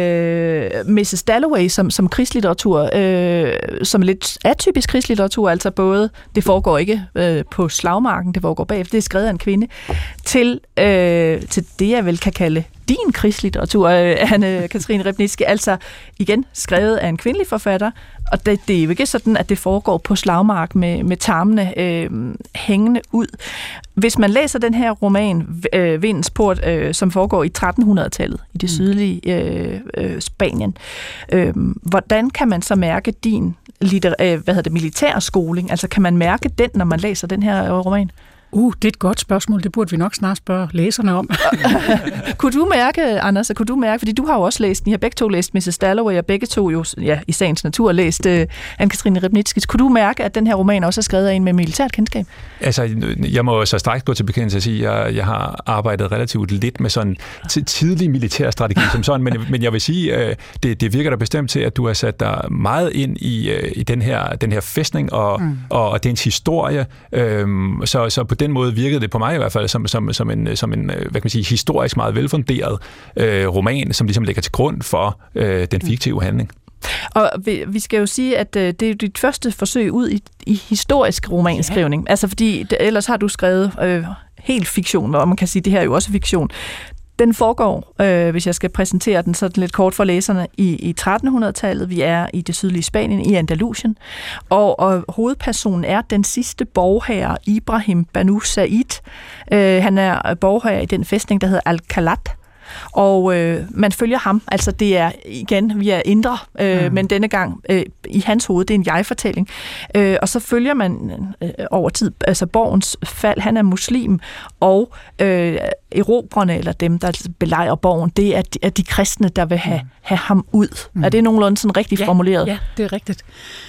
Mrs. Dalloway som krigslitteratur, som lidt atypisk krigslitteratur, altså både, det foregår ikke på slagmarken, det foregår bagefter, det er skrevet af en kvinde, til det, jeg vel kan kalde din krigslitteratur, Anne-Katrine Repnitzky, altså igen skrevet af en kvindelig forfatter, og det er jo ikke sådan, at det foregår på slagmark med tarmene hængende ud. Hvis man læser den her roman, Vindens Port, som foregår i 1300-tallet i det sydlige Spanien, hvordan kan man så mærke din militærskoling? Altså kan man mærke den, når man læser den her roman? Det er et godt spørgsmål. Det burde vi nok snart spørge læserne om. Kunne du mærke, Anders, fordi du har jo også læst den, I har begge to læst Mrs. Dalloway, og begge to jo i sagens natur læst Anne-Katrine Repnitzky. Kunne du mærke, at den her roman også er skrevet af en med militært kendskab? Altså, jeg må så straks gå til bekendelse at sige, at jeg har arbejdet relativt lidt med sådan tidlig militær strategi som sådan, men jeg vil sige, det virker da bestemt til, at du har sat dig meget ind i den her fæstning og dens historie, så på den måde virkede det på mig i hvert fald som en hvad kan man sige, historisk meget velfunderet roman, som ligesom ligger til grund for den fiktive handling. Og vi skal jo sige, at det er dit første forsøg ud i historisk romanskrivning. Altså fordi ellers har du skrevet helt fiktion, og man kan sige, at det her er jo også fiktion. Den foregår, hvis jeg skal præsentere den sådan lidt kort for læserne, i 1300-tallet. Vi er i det sydlige Spanien, i Andalusien, og hovedpersonen er den sidste borgherre, Ibrahim Banu Said. Han er borgherre i den fæstning, der hedder Alcalat. Og man følger ham, altså det er igen via Indre, men denne gang i hans hoved, det er en jeg-fortælling. Og så følger man over tid, altså borgens fald, han er muslim, og erobrerne, eller dem, der belejrer borgen, det er de kristne, der vil have ham ud. Er det nogenlunde sådan rigtig formuleret? Ja, det er rigtigt.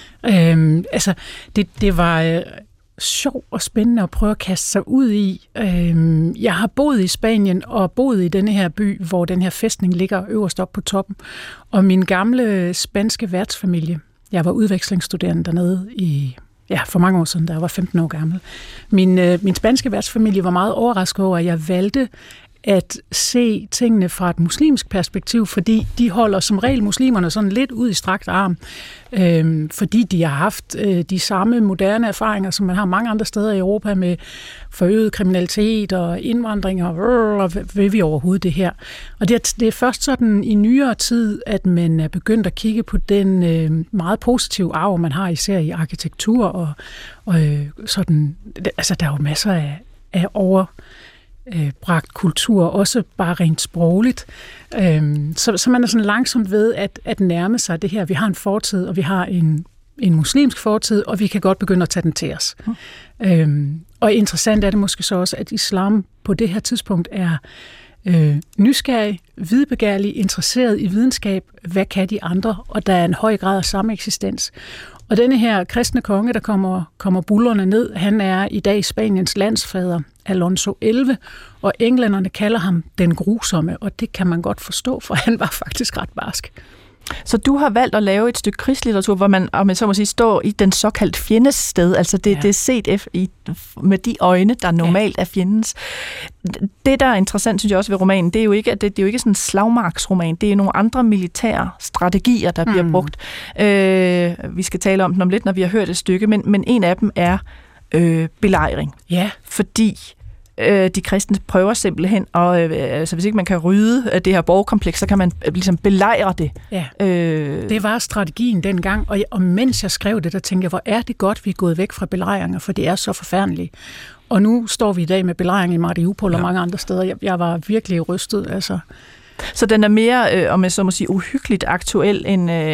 Det var sjovt og spændende at prøve at kaste sig ud i. Jeg har boet i Spanien og boet i denne her by, hvor den her fæstning ligger øverst op på toppen. Og min gamle spanske værtsfamilie, jeg var udvekslingsstuderende dernede for mange år siden, da jeg var 15 år gammel. Min spanske værtsfamilie var meget overrasket over, at jeg valgte at se tingene fra et muslimsk perspektiv, fordi de holder som regel muslimerne sådan lidt ud i strakt arm, fordi de har haft de samme moderne erfaringer, som man har mange andre steder i Europa med forøget kriminalitet og indvandring og vil vi overhovedet det her. Og det er først sådan i nyere tid, at man er begyndt at kigge på den meget positive arv, man har især i arkitektur og sådan, altså der er jo masser af overbragt kultur, også bare rent sprogligt. Så man er sådan langsomt ved at nærme sig det her. Vi har en fortid, og vi har en muslimsk fortid, og vi kan godt begynde at tage den til os. Og interessant er det måske så også, at islam på det her tidspunkt er nysgerrig, videbegærlig, interesseret i videnskab. Hvad kan de andre? Og der er en høj grad af sameksistens. Og denne her kristne konge, der kommer bullerne ned, han er i dag Spaniens landsfader, Alonso 11, og englænderne kalder ham den grusomme, og det kan man godt forstå, for han var faktisk ret barsk. Så du har valgt at lave et stykke krigslitteratur, hvor man, om man så må sige, står i den såkaldt fjendes sted, altså det er set med de øjne, der normalt er fjendens. Det, der er interessant, synes jeg også ved romanen, det er jo ikke, at det er jo ikke sådan en slagmarksroman, det er nogle andre militære strategier, der bliver brugt. Vi skal tale om den om lidt, når vi har hørt et stykke, men en af dem er belejring. Ja. Fordi de kristne prøver simpelthen, og altså hvis ikke man kan rydde det her borgerkompleks, så kan man ligesom belejre det. Ja. Det var strategien dengang, og mens jeg skrev det, der tænkte jeg, hvor er det godt, vi er gået væk fra belejringer, for det er så forfærdeligt. Og nu står vi i dag med belejring i Mariupol og mange andre steder. Jeg var virkelig rystet, altså. Så den er mere, om jeg så må sige, uhyggeligt aktuel,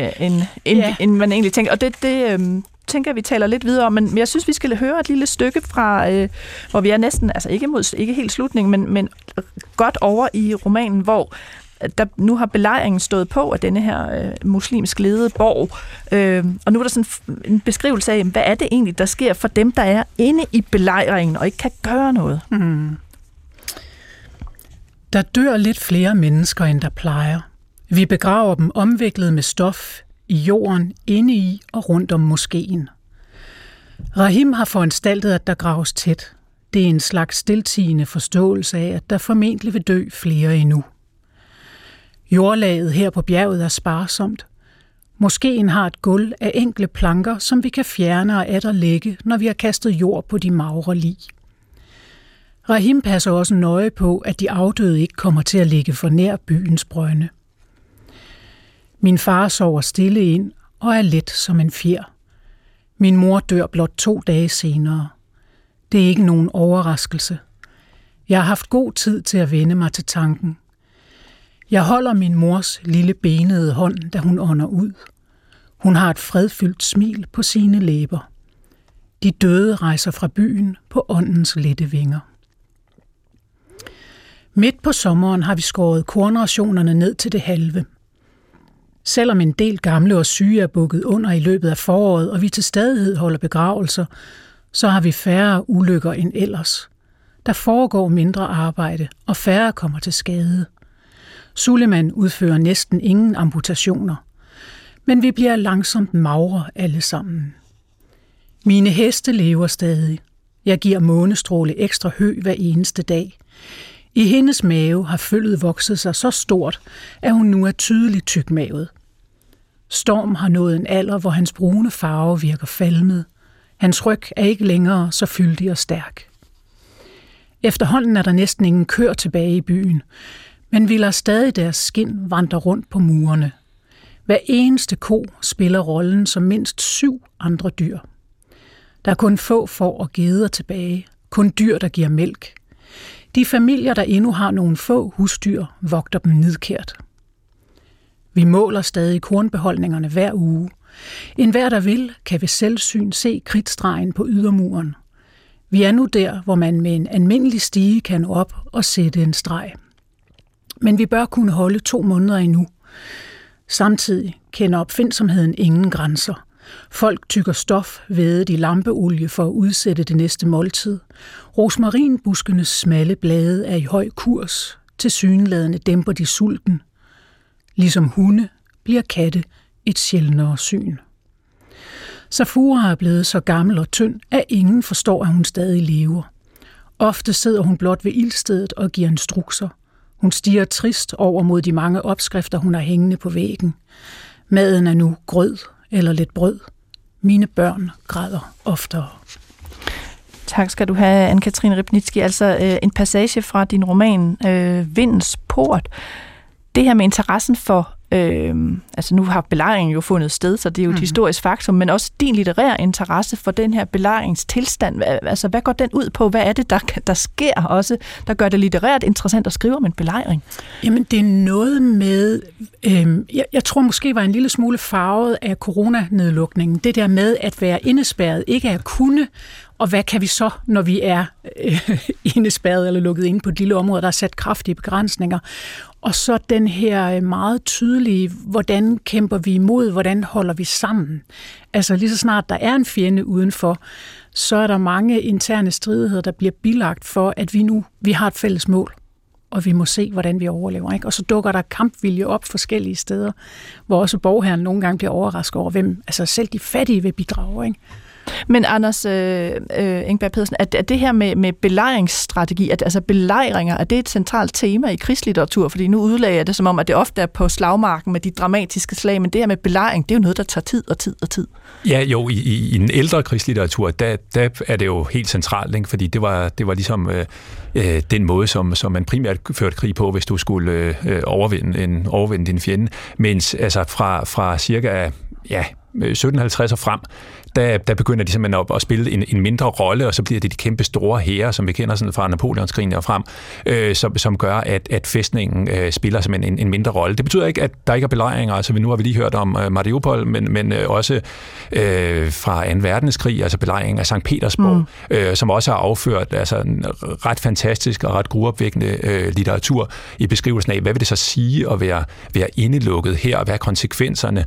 end man egentlig tænker. Og det tænker vi taler lidt videre om, men jeg synes, vi skal høre et lille stykke fra, hvor vi er næsten, altså ikke helt slutningen, men godt over i romanen, hvor der nu har belejringen stået på af denne her muslimsk ledede borg. Og nu er der sådan en beskrivelse af, hvad er det egentlig, der sker for dem, der er inde i belejringen og ikke kan gøre noget. Der dør lidt flere mennesker, end der plejer. Vi begraver dem omviklet med stof i jorden, inde i og rundt om moskeen. Rahim har foranstaltet, at der graves tæt. Det er en slags stiltiende forståelse af, at der formentlig vil dø flere endnu. Jordlaget her på bjerget er sparsomt. Moskeen har et gulv af enkle planker, som vi kan fjerne og atter lægge, når vi har kastet jord på de magre lig. Rahim passer også nøje på, at de afdøde ikke kommer til at ligge for nær byens brønde. Min far sover stille ind og er let som en fjer. Min mor dør blot 2 dage senere. Det er ikke nogen overraskelse. Jeg har haft god tid til at vende mig til tanken. Jeg holder min mors lille benede hånd, da hun ånder ud. Hun har et fredfyldt smil på sine læber. De døde rejser fra byen på åndens lette vinger. Midt på sommeren har vi skåret kornrationerne ned til det halve. Selvom en del gamle og syge er bukket under i løbet af foråret, og vi til stadighed holder begravelser, så har vi færre ulykker end ellers. Der foregår mindre arbejde, og færre kommer til skade. Suleiman udfører næsten ingen amputationer. Men vi bliver langsomt magre alle sammen. Mine heste lever stadig. Jeg giver Månestråle ekstra hø hver eneste dag. I hendes mave har følget vokset sig så stort, at hun nu er tydeligt tykmavet. Storm har nået en alder, hvor hans brune farve virker falmet. Hans ryg er ikke længere så fyldig og stærk. Efterhånden er der næsten ingen køer tilbage i byen, men vi lader stadig deres skind vandre rundt på murene. Hver eneste ko spiller rollen som mindst 7 andre dyr. Der er kun få får og geder tilbage, kun dyr, der giver mælk. De familier, der endnu har nogle få husdyr, vogter dem nidkært. Vi måler stadig kornbeholdningerne hver uge. Enhver, der vil, kan ved selvsyn se kridtstregen på ydermuren. Vi er nu der, hvor man med en almindelig stige kan nå op og sætte en streg. Men vi bør kunne holde 2 måneder endnu. Samtidig kender opfindsomheden ingen grænser. Folk tykker stof vædet i lampeolie for at udsætte det næste måltid. Rosmarinbuskenes smalle blade er i høj kurs. Tilsyneladende dæmper de sulten. Ligesom hunde bliver katte et sjældnere syn. Safura er blevet så gammel og tynd, at ingen forstår, at hun stadig lever. Ofte sidder hun blot ved ildstedet og giver instrukser. Hun stirrer trist over mod de mange opskrifter, hun har hængende på væggen. Maden er nu grød eller lidt brød. Mine børn græder oftere. Tak skal du have, Anne-Katrine Ribnicki. Altså en passage fra din roman Vindens Port. Det her med interessen for, altså nu har belejringen jo fundet sted, så det er jo et historisk faktum, men også din litterære interesse for den her belejringstilstand. Altså hvad går den ud på? Hvad er det, der sker også, der gør det litterært interessant at skrive om en belejring? Jamen det er noget med, jeg tror måske var en lille smule farvet af coronanedlukningen. Det der med at være indespærret, ikke at kunne. Og hvad kan vi så, når vi er indespærret eller lukket inde på et lille område, der er sat kraftige begrænsninger? Og så den her meget tydelige, hvordan kæmper vi imod, hvordan holder vi sammen? Altså lige så snart der er en fjende udenfor, så er der mange interne stridigheder, der bliver bilagt for, at vi har et fælles mål, og vi må se, hvordan vi overlever. Ikke? Og så dukker der kampvilje op forskellige steder, hvor også borgherren nogle gange bliver overrasket over, hvem, altså selv de fattige vil bidrage, ikke? Men Anders Engberg Pedersen, er det her med belejringsstrategi, altså belejringer, er det et centralt tema i krigslitteratur? Fordi nu udlagde jeg det som om, at det ofte er på slagmarken med de dramatiske slag, men det her med belejring, det er jo noget, der tager tid og tid og tid. Ja, jo, i den ældre krigslitteratur, der er det jo helt centralt, ikke? Fordi det var ligesom den måde, som man primært førte krig på, hvis du skulle overvinde din fjende. Mens altså fra cirka 1750 og frem, der begynder de simpelthen at spille en mindre rolle, og så bliver det de kæmpe store hære, som vi kender sådan fra Napoleonskrigen og frem, som gør, at fæstningen spiller simpelthen en mindre rolle. Det betyder ikke, at der ikke er belejringer. Altså nu har vi lige hørt om Mariupol, men også fra 2. verdenskrig, altså belejringen af Sankt Petersborg, som også har afført altså en ret fantastisk og ret gruopvækkende litteratur i beskrivelsen af, hvad vil det så sige at være indelukket her, og hvad er konsekvenserne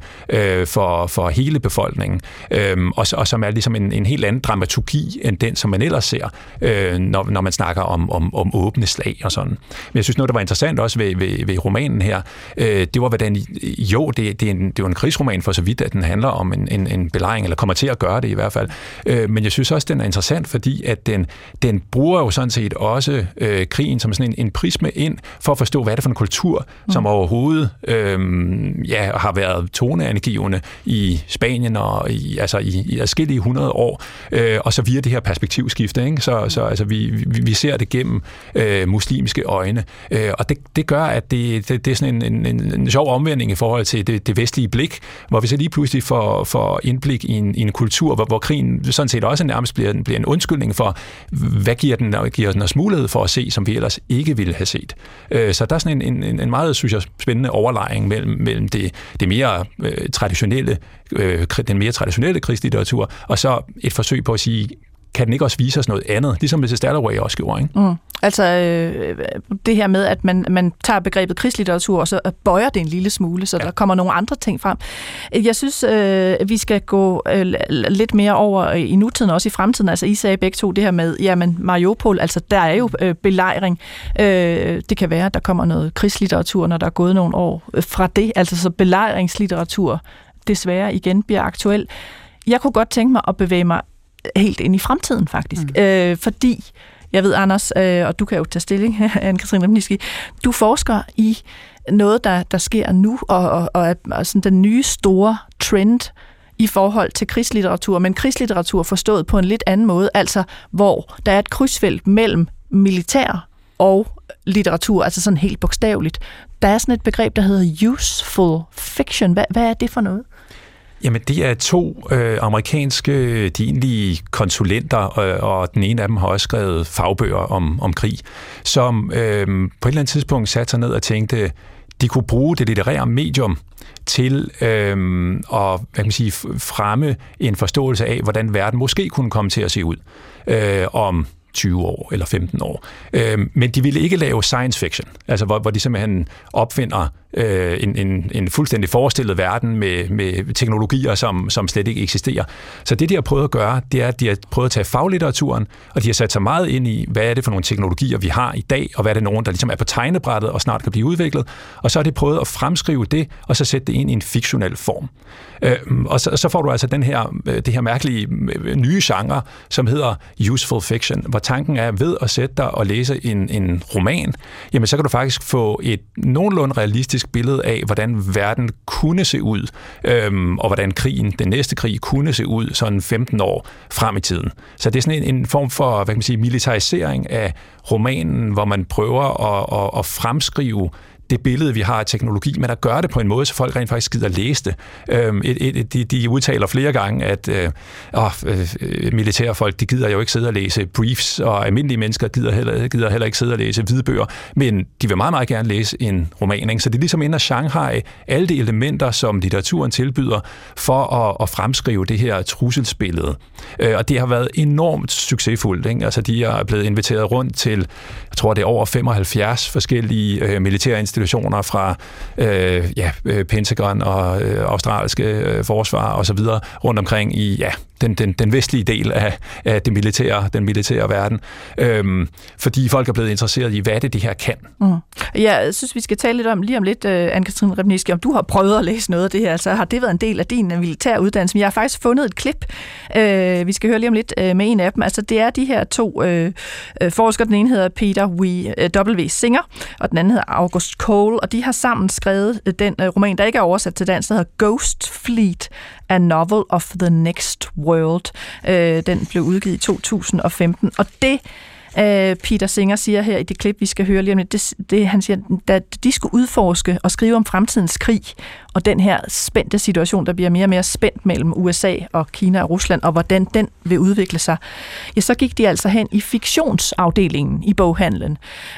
for hele befolkningen. Og som er ligesom en helt anden dramaturgi, end den, som man ellers ser, når man snakker om åbne slag og sådan. Men jeg synes noget, der var interessant også ved romanen her, det var, hvordan det er jo en krigsroman for så vidt, at den handler om en belejring, eller kommer til at gøre det i hvert fald. Men jeg synes også, den er interessant, fordi at den bruger jo sådan set også krigen som sådan en prisme ind, for at forstå, hvad er det for en kultur, som overhovedet har været toneangivende i Spanien og i adskillige 100 år, og så via det her perspektivskifte, ikke? Så altså, vi ser det gennem muslimske øjne, og det gør, at det er sådan en sjov omvending i forhold til det vestlige blik, hvor vi så lige pludselig får indblik i en kultur, hvor krigen sådan set også nærmest bliver en undskyldning for, hvad giver den os mulighed for at se, som vi ellers ikke ville have set. Så der er sådan en meget, synes jeg, spændende overlejring mellem det mere traditionelle, den mere traditionelle krigslitteratur, og så et forsøg på at sige, kan den ikke også vise os noget andet, ligesom Mrs. Dalloway også gjorde, ikke? Altså det her med, at man tager begrebet krigslitteratur, og så bøjer det en lille smule, så der kommer nogle andre ting frem. Jeg synes, vi skal gå lidt mere over i nutiden, også i fremtiden. Altså I sagde begge to det her med, jamen Mariupol, altså der er jo belejring. Det kan være, at der kommer noget krigslitteratur, når der er gået nogle år fra det. Altså så belejringslitteratur desværre igen bliver aktuel. Jeg kunne godt tænke mig at bevæge mig helt ind i fremtiden, faktisk. Fordi, jeg ved, Anders, og du kan jo tage stilling, Anne-Katrine Ribnicki, du forsker i noget, der sker nu, og er sådan den nye store trend i forhold til krigslitteratur, men krigslitteratur forstået på en lidt anden måde, altså hvor der er et krydsfelt mellem militær og litteratur, altså sådan helt bogstaveligt. Der er sådan et begreb, der hedder useful fiction. Hvad er det for noget? Jamen, det er 2 amerikanske, de egentlige konsulenter, og den ene af dem har også skrevet fagbøger om krig, som på et eller andet tidspunkt satte sig ned og tænkte, de kunne bruge det litterære medium til at fremme en forståelse af, hvordan verden måske kunne komme til at se ud om 20 år eller 15 år. Men de ville ikke lave science fiction, altså hvor de simpelthen opfinder en fuldstændig forestillet verden med teknologier, som slet ikke eksisterer. Så det, de har prøvet at gøre, det er, at de har prøvet at tage faglitteraturen, og de har sat sig meget ind i, hvad er det for nogle teknologier, vi har i dag, og hvad er det nogen, der ligesom er på tegnebrættet og snart kan blive udviklet. Og så har de prøvet at fremskrive det, og så sætte det ind i en fiktionel form. Og så får du altså det her mærkelige nye genre, som hedder useful fiction, hvor tanken er, ved at sætte dig og læse en roman, jamen så kan du faktisk få et nogenlunde realistisk billede af, hvordan verden kunne se ud, og hvordan den næste krig kunne se ud sådan 15 år frem i tiden. Så det er sådan en form for, militarisering af romanen, hvor man prøver at fremskrive det billede, vi har af teknologi, men at gøre det på en måde, så folk rent faktisk gider læse det. De udtaler flere gange, at militære folk, de gider jo ikke sidde og læse briefs, og almindelige mennesker gider heller ikke sidde og læse hvidbøger, men de vil meget, meget gerne læse en roman. Ikke? Så det er ligesom ind at Shanghai alle de elementer, som litteraturen tilbyder, for at fremskrive det her trusselsbillede. Og det har været enormt succesfuldt. Ikke? Altså, de er blevet inviteret rundt til, jeg tror, det er over 75 forskellige militære institutioner fra Pentagon og australske forsvar og så videre rundt omkring i den vestlige del af den militære verden. Fordi folk er blevet interesseret i, hvad det her kan. Jeg synes, vi skal tale lidt om lidt, Anne-Katrine Rebnitzky, om du har prøvet at læse noget af det her, så har det været en del af din militære uddannelse. Men jeg har faktisk fundet et klip, vi skal høre lige om lidt med en af dem. Altså, det er de her 2 forskere. Den ene hedder Peter W. Singer, og den anden hedder August Cole, og de har sammen skrevet den roman, der ikke er oversat til dansk, der hedder Ghost Fleet, A Novel of the Next World. Den blev udgivet i 2015, og det Peter Singer siger her i det klip, vi skal høre lige om det han siger, at de skulle udforske og skrive om fremtidens krig, og den her spændte situation, der bliver mere og mere spændt mellem USA og Kina og Rusland, og hvordan den vil udvikle sig. Ja, så gik de altså hen i fiktionsafdelingen i boghandlen.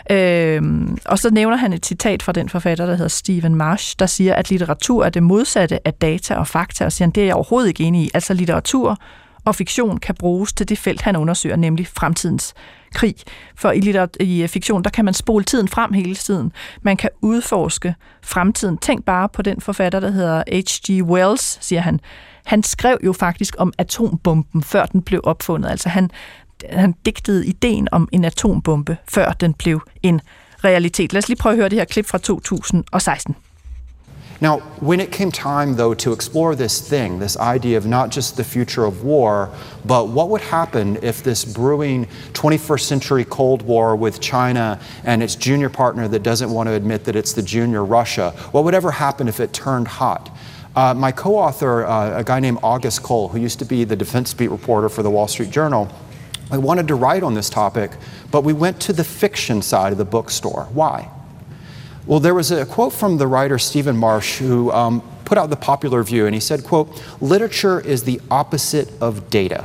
Og så nævner han et citat fra den forfatter, der hedder Stephen Marsh, der siger, at litteratur er det modsatte af data og fakta, og siger han, det er jeg overhovedet ikke enig i. Altså litteratur og fiktion kan bruges til det felt, han undersøger, nemlig fremtidens krig. For i fiktion, der kan man spole tiden frem hele tiden. Man kan udforske fremtiden. Tænk bare på den forfatter, der hedder H.G. Wells, siger han. Han skrev jo faktisk om atombomben, før den blev opfundet. Altså han digtede ideen om en atombombe, før den blev en realitet. Lad os lige prøve at høre det her klip fra 2016. Now, when it came time, though, to explore this idea of not just the future of war, but what would happen if this brewing 21st century Cold War with China and its junior partner that doesn't want to admit that it's the junior Russia, what would ever happen if it turned hot? My co-author, a guy named August Cole, who used to be the defense beat reporter for the Wall Street Journal, I wanted to write on this topic, but we went to the fiction side of the bookstore. Why? Well, there was a quote from the writer Stephen Marsh who put out the popular view, and he said, quote, "Literature is the opposite of data."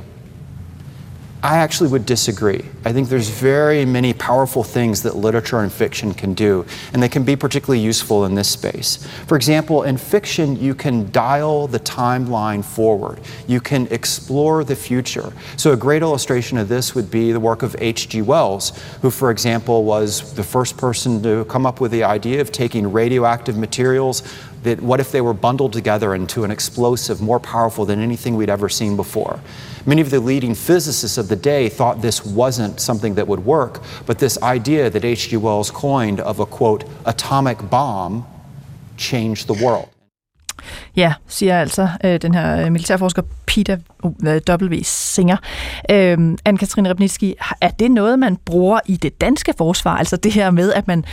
I actually would disagree. I think there's very many powerful things that literature and fiction can do, and they can be particularly useful in this space. For example, in fiction, you can dial the timeline forward. You can explore the future. So a great illustration of this would be the work of H.G. Wells, who, for example, was the first person to come up with the idea of taking radioactive materials that what if they were bundled together into an explosive more powerful than anything we'd ever seen before. Many of the leading physicists of the day thought this wasn't something that would work, but this idea that H.G. Wells coined of a, quote, atomic bomb changed the world. Ja, siger altså den her militærforsker Peter W. Singer. Anne-Katrine Rebnitzky, er det noget, man bruger i det danske forsvar? Altså det her med, at man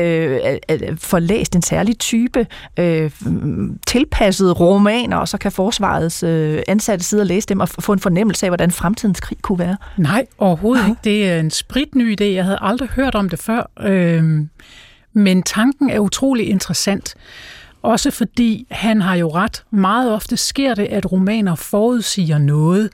får læst en særlig type tilpassede romaner, og så kan forsvarets ansatte sidde og læse dem og få en fornemmelse af, hvordan fremtidens krig kunne være? Nej, overhovedet ikke. Det er en spritny idé. Jeg havde aldrig hørt om det før. Men tanken er utrolig interessant. Også fordi han har jo ret. Meget ofte sker det, at romaner forudsiger noget.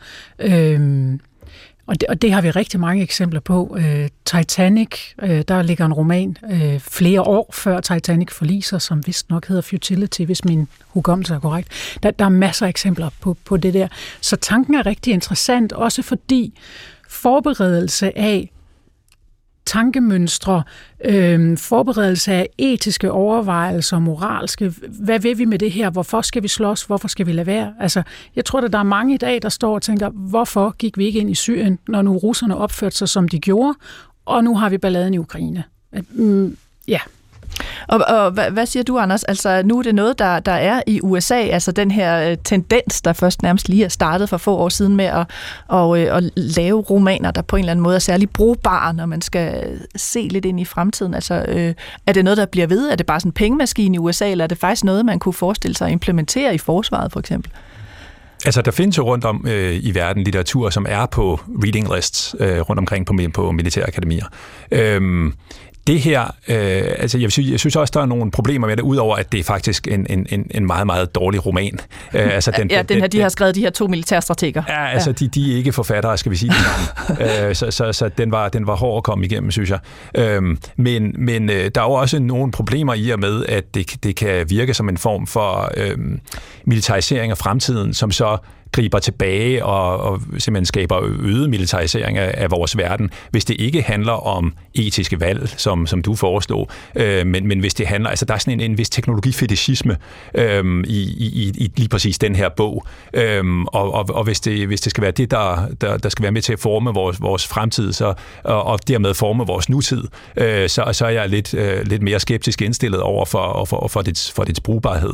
Og det har vi rigtig mange eksempler på. Titanic, der ligger en roman flere år før Titanic forliser, som vist nok hedder Futility, hvis min hukommelse er korrekt. Der er masser af eksempler på det der. Så tanken er rigtig interessant, også fordi forberedelse af tankemønstre, forberedelse af etiske overvejelser, moralske. Hvad vil vi med det her? Hvorfor skal vi slås? Hvorfor skal vi lade være? Altså, jeg tror, at der er mange i dag, der står og tænker, hvorfor gik vi ikke ind i Syrien, når nu russerne opførte sig, som de gjorde, og nu har vi balladen i Ukraine. Ja. Og hvad siger du, Anders? Altså, nu er det noget, der er i USA, altså den her tendens, der først nærmest lige er startet for få år siden med at lave romaner, der på en eller anden måde er særlig brugbare, når man skal se lidt ind i fremtiden. Altså, er det noget, der bliver ved? Er det bare sådan en pengemaskine i USA, eller er det faktisk noget, man kunne forestille sig at implementere i forsvaret, for eksempel? Altså, der findes jo rundt om i verden litteratur, som er på reading lists rundt omkring på militærakademier. Det her, altså jeg synes også, der er nogle problemer med det, udover at det er faktisk en meget, meget dårlig roman. Altså de har skrevet de her 2 militærstrateger. Ja, altså de er ikke forfattere, skal vi sige det. Så den var hård at komme igennem, synes jeg. Men der er jo også nogle problemer i og med, at det kan virke som en form for militarisering af fremtiden, som så griber tilbage og simpelthen skaber øget militarisering af vores verden, hvis det ikke handler om etiske valg, som du foreslog, men hvis det handler, altså der er sådan en vis teknologifetishisme i lige præcis den her bog, og hvis det skal være det, der skal være med til at forme vores fremtid, og dermed forme vores nutid, så er jeg lidt mere skeptisk indstillet over for dets brugbarhed.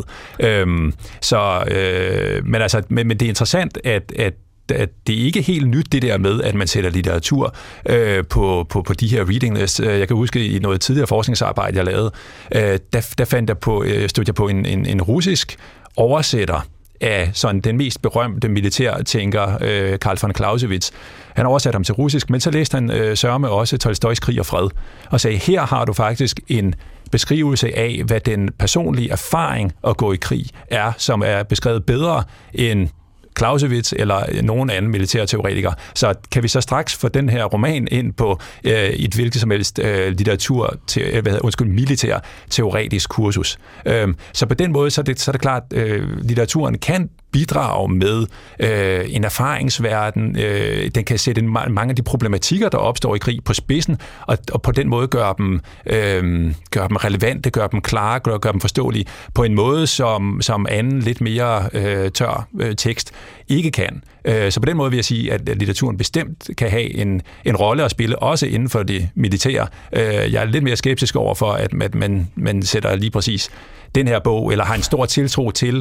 Men det er interessant, at det er ikke helt nyt, det der med, at man sætter litteratur på de her reading lists. Jeg kan huske, i noget tidligere forskningsarbejde, jeg lavede, der stødte jeg på en russisk oversætter af sådan den mest berømte militærtænker, Karl von Clausewitz. Han oversatte ham til russisk, men så læste han sørme også Tolstojs Krig og Fred, og sagde, her har du faktisk en beskrivelse af, hvad den personlige erfaring at gå i krig er, som er beskrevet bedre end Clausewitz eller nogen anden militærteoretiker. Så kan vi så straks få den her roman ind på et hvilket som helst militær teoretisk kursus. Så på den måde så er det klart, litteraturen kan bidrage med en erfaringsverden. Den kan sætte mange af de problematikker, der opstår i krig, på spidsen, og på den måde gøre dem relevante, gøre dem klare, gøre dem forståelige på en måde, som anden lidt mere tør tekst ikke kan. Så på den måde vil jeg sige, at litteraturen bestemt kan have en rolle at spille, også inden for det militære. Jeg er lidt mere skeptisk over for, at man sætter lige præcis den her bog, eller har en stor tiltro til,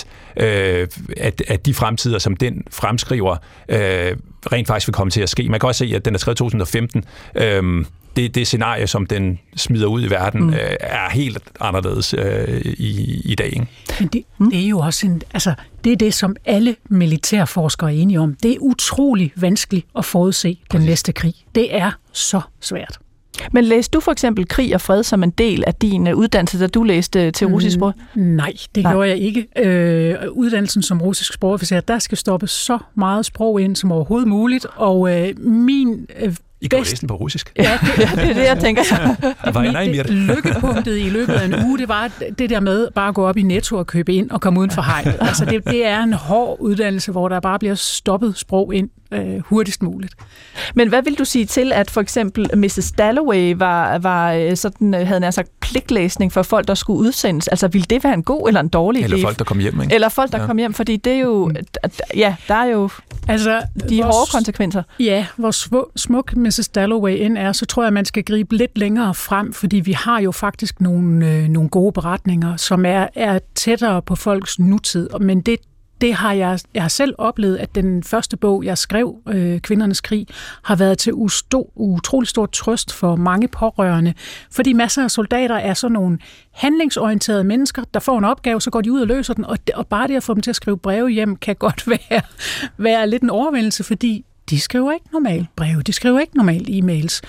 at de fremtider, som den fremskriver, rent faktisk vil komme til at ske. Man kan også se, at den er skrevet 2015. Det scenarie, som den smider ud i verden, er helt anderledes i dag. Ikke? Men det er jo også det er det, som alle militærforskere er enige om. Det er utrolig vanskeligt at forudse den næste krig. Det er så svært. Men læste du for eksempel Krig og Fred som en del af din uddannelse, da du læste til russisk sprog? Nej, det gjorde jeg ikke. Uddannelsen som russisk sprogofficer, der skal stoppe så meget sprog ind som overhovedet muligt, og min I kunne læse den på russisk. Ja, det er det, jeg tænker. Lykkepunktet i løbet af en uge, det var det der med bare at gå op i Netto og købe ind og komme uden for hegnet. Altså det er en hård uddannelse, hvor der bare bliver stoppet sprog ind hurtigst muligt. Men hvad vil du sige til, at for eksempel Mrs. Dalloway var sådan, havde nær sagt pligtlæsning for folk, der skulle udsendes? Altså, ville det være en god eller en dårlig idé? Eller folk, der kom hjem, ikke? Eller folk, der kom hjem, fordi det er jo, der er jo de hårde konsekvenser. Ja, hvor smuk Mrs. Dalloway end er, så tror jeg, man skal gribe lidt længere frem, fordi vi har jo faktisk nogle gode beretninger, som er tættere på folks nutid, men det har jeg har selv oplevet, at den første bog, jeg skrev, Kvindernes Krig, har været til utrolig stor trøst for mange pårørende, fordi masser af soldater er sådan nogle handlingsorienterede mennesker, der får en opgave, så går de ud og løser den, og bare det at få dem til at skrive breve hjem, kan godt være lidt en overvindelse, fordi de skriver ikke normalt breve, de skriver ikke normalt e-mails.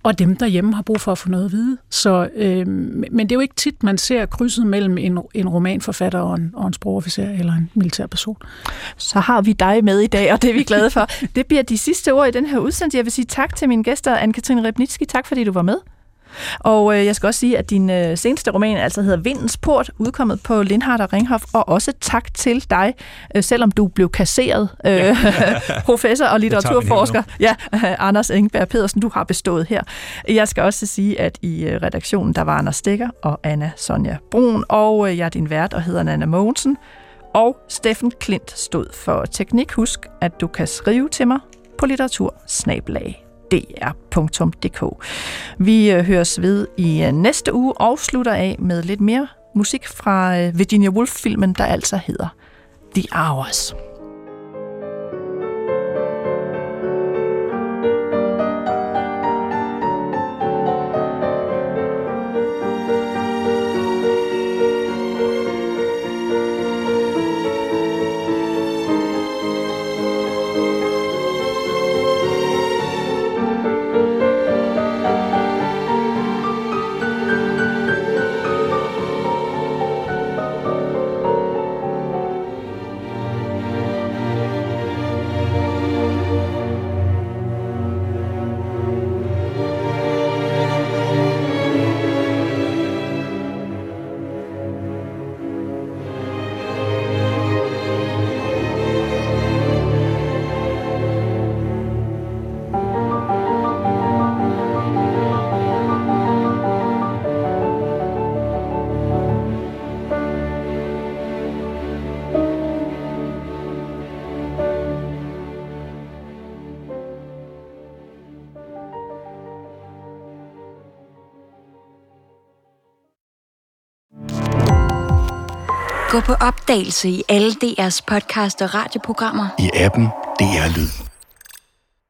og dem derhjemme har brug for at få noget at vide. Så, men det er jo ikke tit, man ser krydset mellem en romanforfatter og en sprogofficer eller en militær person. Så har vi dig med i dag, og det er vi glade for. Det bliver de sidste ord i den her udsendelse. Jeg vil sige tak til mine gæster, Anne-Katrine Repnitski. Tak fordi du var med. Og jeg skal også sige, at din seneste roman altså hedder Vindens Port, udkommet på Lindhardt og Ringhof, og også tak til dig, selvom du blev kasseret, professor og litteraturforsker, Anders Engberg Pedersen, du har bestået her. Jeg skal også sige, at i redaktionen, der var Anders Stikker og Anna Sonja Brun, og jeg er din vært og hedder Nanna Mogensen, og Steffen Klint stod for teknik. Husk, at du kan skrive til mig på litteratur@dr.dk. Vi høres ved i næste uge og slutter af med lidt mere musik fra Virginia Woolf-filmen, der altså hedder The Hours. Gå på opdagelse i alle DR's podcast og radioprogrammer. I appen DR Lyd.